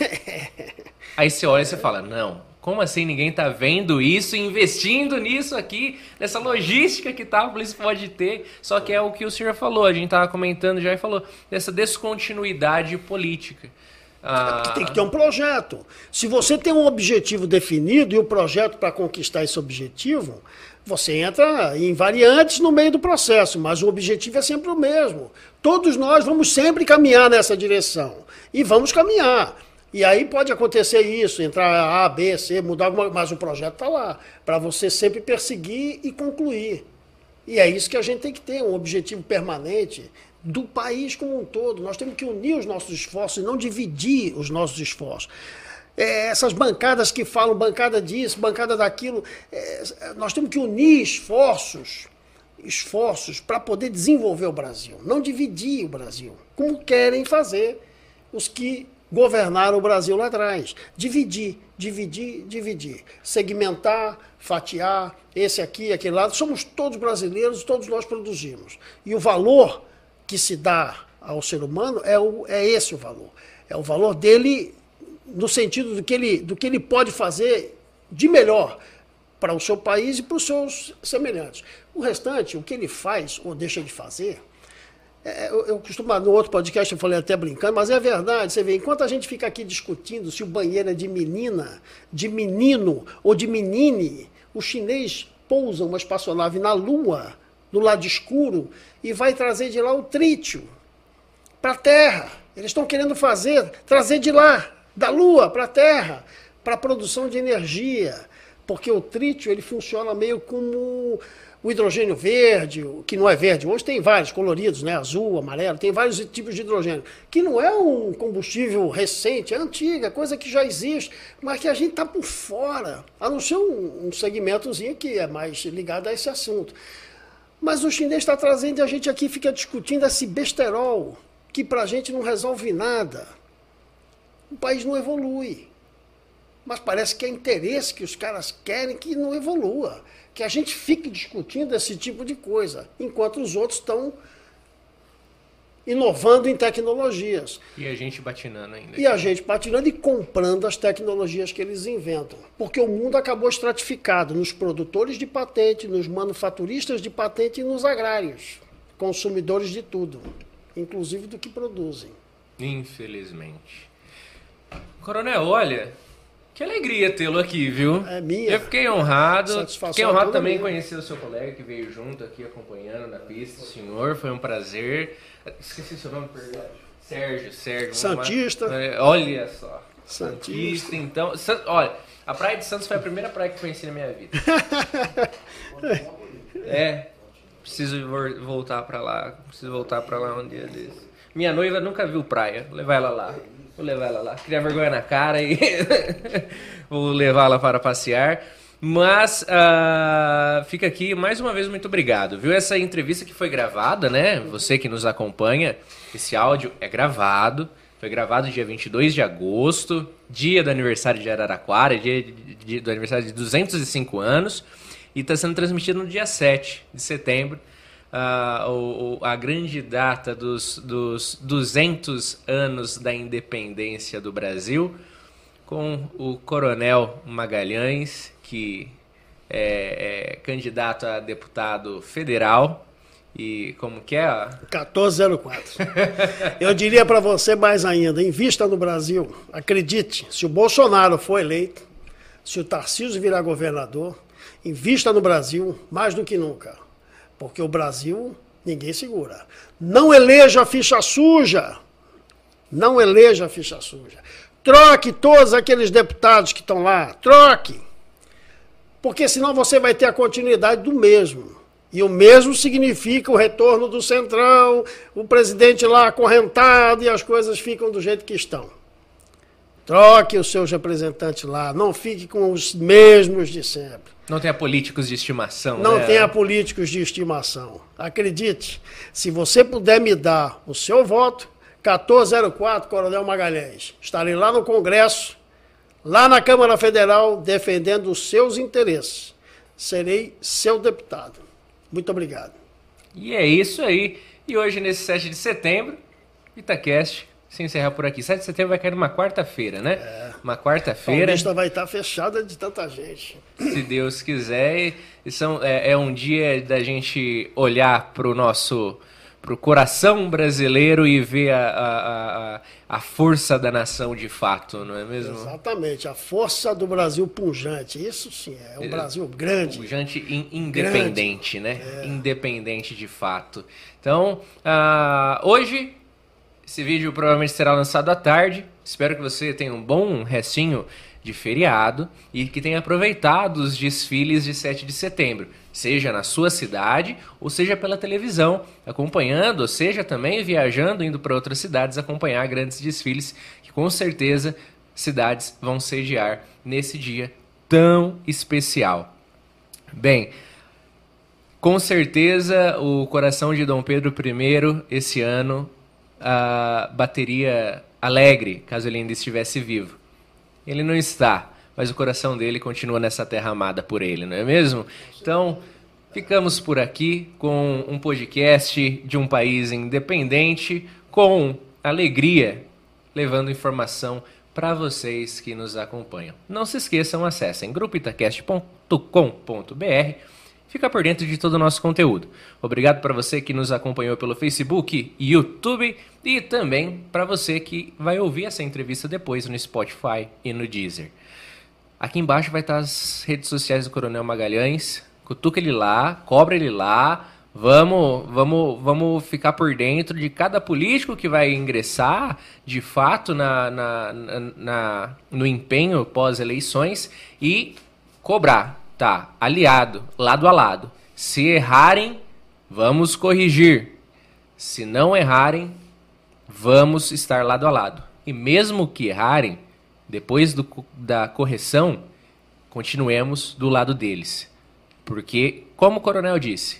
Aí você olha e você fala, não, como assim ninguém tá vendo isso, investindo nisso aqui, nessa logística que Itápolis pode ter? Só que é o que o senhor falou, a gente tava comentando já e falou, dessa descontinuidade política. Ah. Tem que ter um projeto. Se você tem um objetivo definido e o projeto para conquistar esse objetivo, você entra em variantes no meio do processo, mas o objetivo é sempre o mesmo. Todos nós vamos sempre caminhar nessa direção. E vamos caminhar. E aí pode acontecer isso, entrar A, B, C, mudar alguma coisa, mas o projeto está lá, para você sempre perseguir e concluir. E é isso que a gente tem que ter, um objetivo permanente do país como um todo. Nós temos que unir os nossos esforços e não dividir os nossos esforços. É, essas bancadas que falam bancada disso, bancada daquilo, é, nós temos que unir esforços, esforços para poder desenvolver o Brasil, não dividir o Brasil, como querem fazer os que governaram o Brasil lá atrás. Dividir, dividir, dividir. Segmentar, fatiar, esse aqui, aquele lado. Somos todos brasileiros, todos nós produzimos. E o valor que se dá ao ser humano é, o, é esse o valor. É o valor dele no sentido do que ele, do que ele pode fazer de melhor para o seu país e para os seus semelhantes. O restante, o que ele faz ou deixa de fazer, é, eu, eu costumo, no outro podcast eu falei até brincando, mas é verdade, você vê, enquanto a gente fica aqui discutindo se o banheiro é de menina, de menino ou de menine, o chinês pousa uma espaçonave na Lua, no lado escuro, e vai trazer de lá o trítio para a Terra. Eles estão querendo fazer, trazer de lá, da Lua para a Terra, para a produção de energia, porque o trítio ele funciona meio como o hidrogênio verde, que não é verde, hoje tem vários coloridos, né? Azul, amarelo, tem vários tipos de hidrogênio, que não é um combustível recente, é antiga, coisa que já existe, mas que a gente está por fora, a não ser um, um segmentozinho que é mais ligado a esse assunto. Mas o chinês está trazendo e a gente aqui fica discutindo esse besterol, que para a gente não resolve nada. O país não evolui. Mas parece que é interesse que os caras querem que não evolua. Que a gente fique discutindo esse tipo de coisa, enquanto os outros estão inovando em tecnologias. E a gente patinando ainda. E a gente patinando e comprando as tecnologias que eles inventam. Porque o mundo acabou estratificado nos produtores de patente, nos manufaturistas de patente e nos agrários. Consumidores de tudo, inclusive do que produzem. Infelizmente. Coronel, olha, que alegria tê-lo aqui, viu? É minha. Eu fiquei honrado. Satisfação Fiquei honrado toda também em minha. conhecer o seu colega que veio junto aqui acompanhando na pista. Senhor, foi um prazer. Esqueci seu nome, perdão. Sérgio, Sérgio. Santista. Uma... Olha só. Santista. Santista, então. San... Olha, a Praia de Santos foi a primeira praia que eu conheci na minha vida. É. Preciso voltar pra lá. Preciso voltar pra lá um dia desse. Minha noiva nunca viu praia. Vou levar ela lá. Vou levar ela lá. Criar vergonha na cara e vou levá-la para passear. Mas uh, fica aqui mais uma vez muito obrigado. Viu essa entrevista que foi gravada, né? Você que nos acompanha, esse áudio é gravado. Foi gravado dia vinte e dois de agosto, dia do aniversário de Araraquara, dia de, de, do aniversário de duzentos e cinco anos. E está sendo transmitido no dia sete de setembro. Uh, o, o, a grande data dos, dos duzentos anos da independência do Brasil, com o Coronel Magalhães, que é, é candidato a deputado federal, e como que é? quatorze zero quatro. Eu diria para você mais ainda, invista no Brasil, acredite, se o Bolsonaro for eleito, se o Tarcísio virar governador, invista no Brasil mais do que nunca. Porque o Brasil, ninguém segura. Não eleja a ficha suja. Não eleja a ficha suja. Troque todos aqueles deputados que estão lá. Troque. Porque senão você vai ter a continuidade do mesmo. E o mesmo significa o retorno do Centrão, o presidente lá acorrentado e as coisas ficam do jeito que estão. Troque os seus representantes lá, não fique com os mesmos de sempre. Não tenha políticos de estimação. Não né? tenha políticos de estimação. Acredite, se você puder me dar o seu voto, quatorze zero quatro, Coronel Magalhães. Estarei lá no Congresso, lá na Câmara Federal, defendendo os seus interesses. Serei seu deputado. Muito obrigado. E é isso aí. E hoje, nesse sete de setembro, Itacast se encerra por aqui. sete de setembro vai cair numa quarta-feira, né? É. Uma quarta-feira. A Paulista vai estar fechada de tanta gente. Se Deus quiser. E são, é, é um dia da gente olhar para o nosso... para o coração brasileiro e ver a, a, a, a força da nação de fato, não é mesmo? Exatamente, a força do Brasil pujante, isso sim, é um é, Brasil grande. Pujante e independente, grande. né? É. Independente de fato. Então, uh, hoje, esse vídeo provavelmente será lançado à tarde, espero que você tenha um bom restinho de feriado e que tenha aproveitado os desfiles de sete de setembro. Seja na sua cidade, ou seja pela televisão, acompanhando, ou seja também viajando, indo para outras cidades, acompanhar grandes desfiles, que com certeza cidades vão sediar nesse dia tão especial. Bem, com certeza o coração de Dom Pedro I, esse ano, uh, bateria alegre, caso ele ainda estivesse vivo. Ele não está, mas o coração dele continua nessa terra amada por ele, não é mesmo? Então, ficamos por aqui com um podcast de um país independente, com alegria, levando informação para vocês que nos acompanham. Não se esqueçam, acessem grupo itacast ponto com ponto b r, fica por dentro de todo o nosso conteúdo. Obrigado para você que nos acompanhou pelo Facebook, YouTube e também para você que vai ouvir essa entrevista depois no Spotify e no Deezer. Aqui embaixo vai estar as redes sociais do Coronel Magalhães. Cutuca ele lá, cobra ele lá. Vamos, vamos, vamos ficar por dentro de cada político que vai ingressar, de fato, na, na, na, na, no empenho pós-eleições e cobrar, tá? Aliado, lado a lado. Se errarem, vamos corrigir. Se não errarem, vamos estar lado a lado. E mesmo que errarem, depois do, da correção, continuemos do lado deles. Porque, como o coronel disse,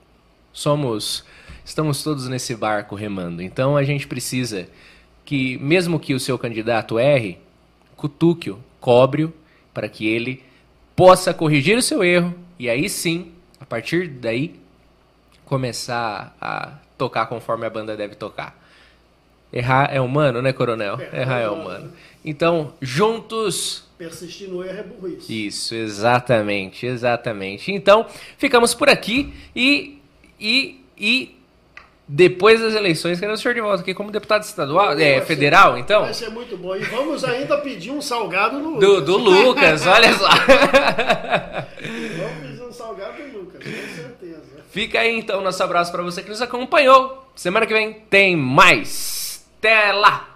somos, estamos todos nesse barco remando. Então a gente precisa que, mesmo que o seu candidato erre, cutuque-o, cobre-o, para que ele possa corrigir o seu erro e aí sim, a partir daí, começar a tocar conforme a banda deve tocar. Errar é humano, né, coronel? É, Errar é humano. Então, juntos... Persistir no erro é burrice. Isso, exatamente, exatamente. Então, ficamos por aqui e, e, e depois das eleições, queremos o senhor de volta aqui como deputado estadual, é, federal, então? Vai ser muito bom. E vamos ainda pedir um salgado no do, Lucas. Do Lucas, olha só. Vamos pedir um salgado do Lucas, com certeza. Fica aí, então, nosso abraço para você que nos acompanhou. Semana que vem tem mais. Até lá!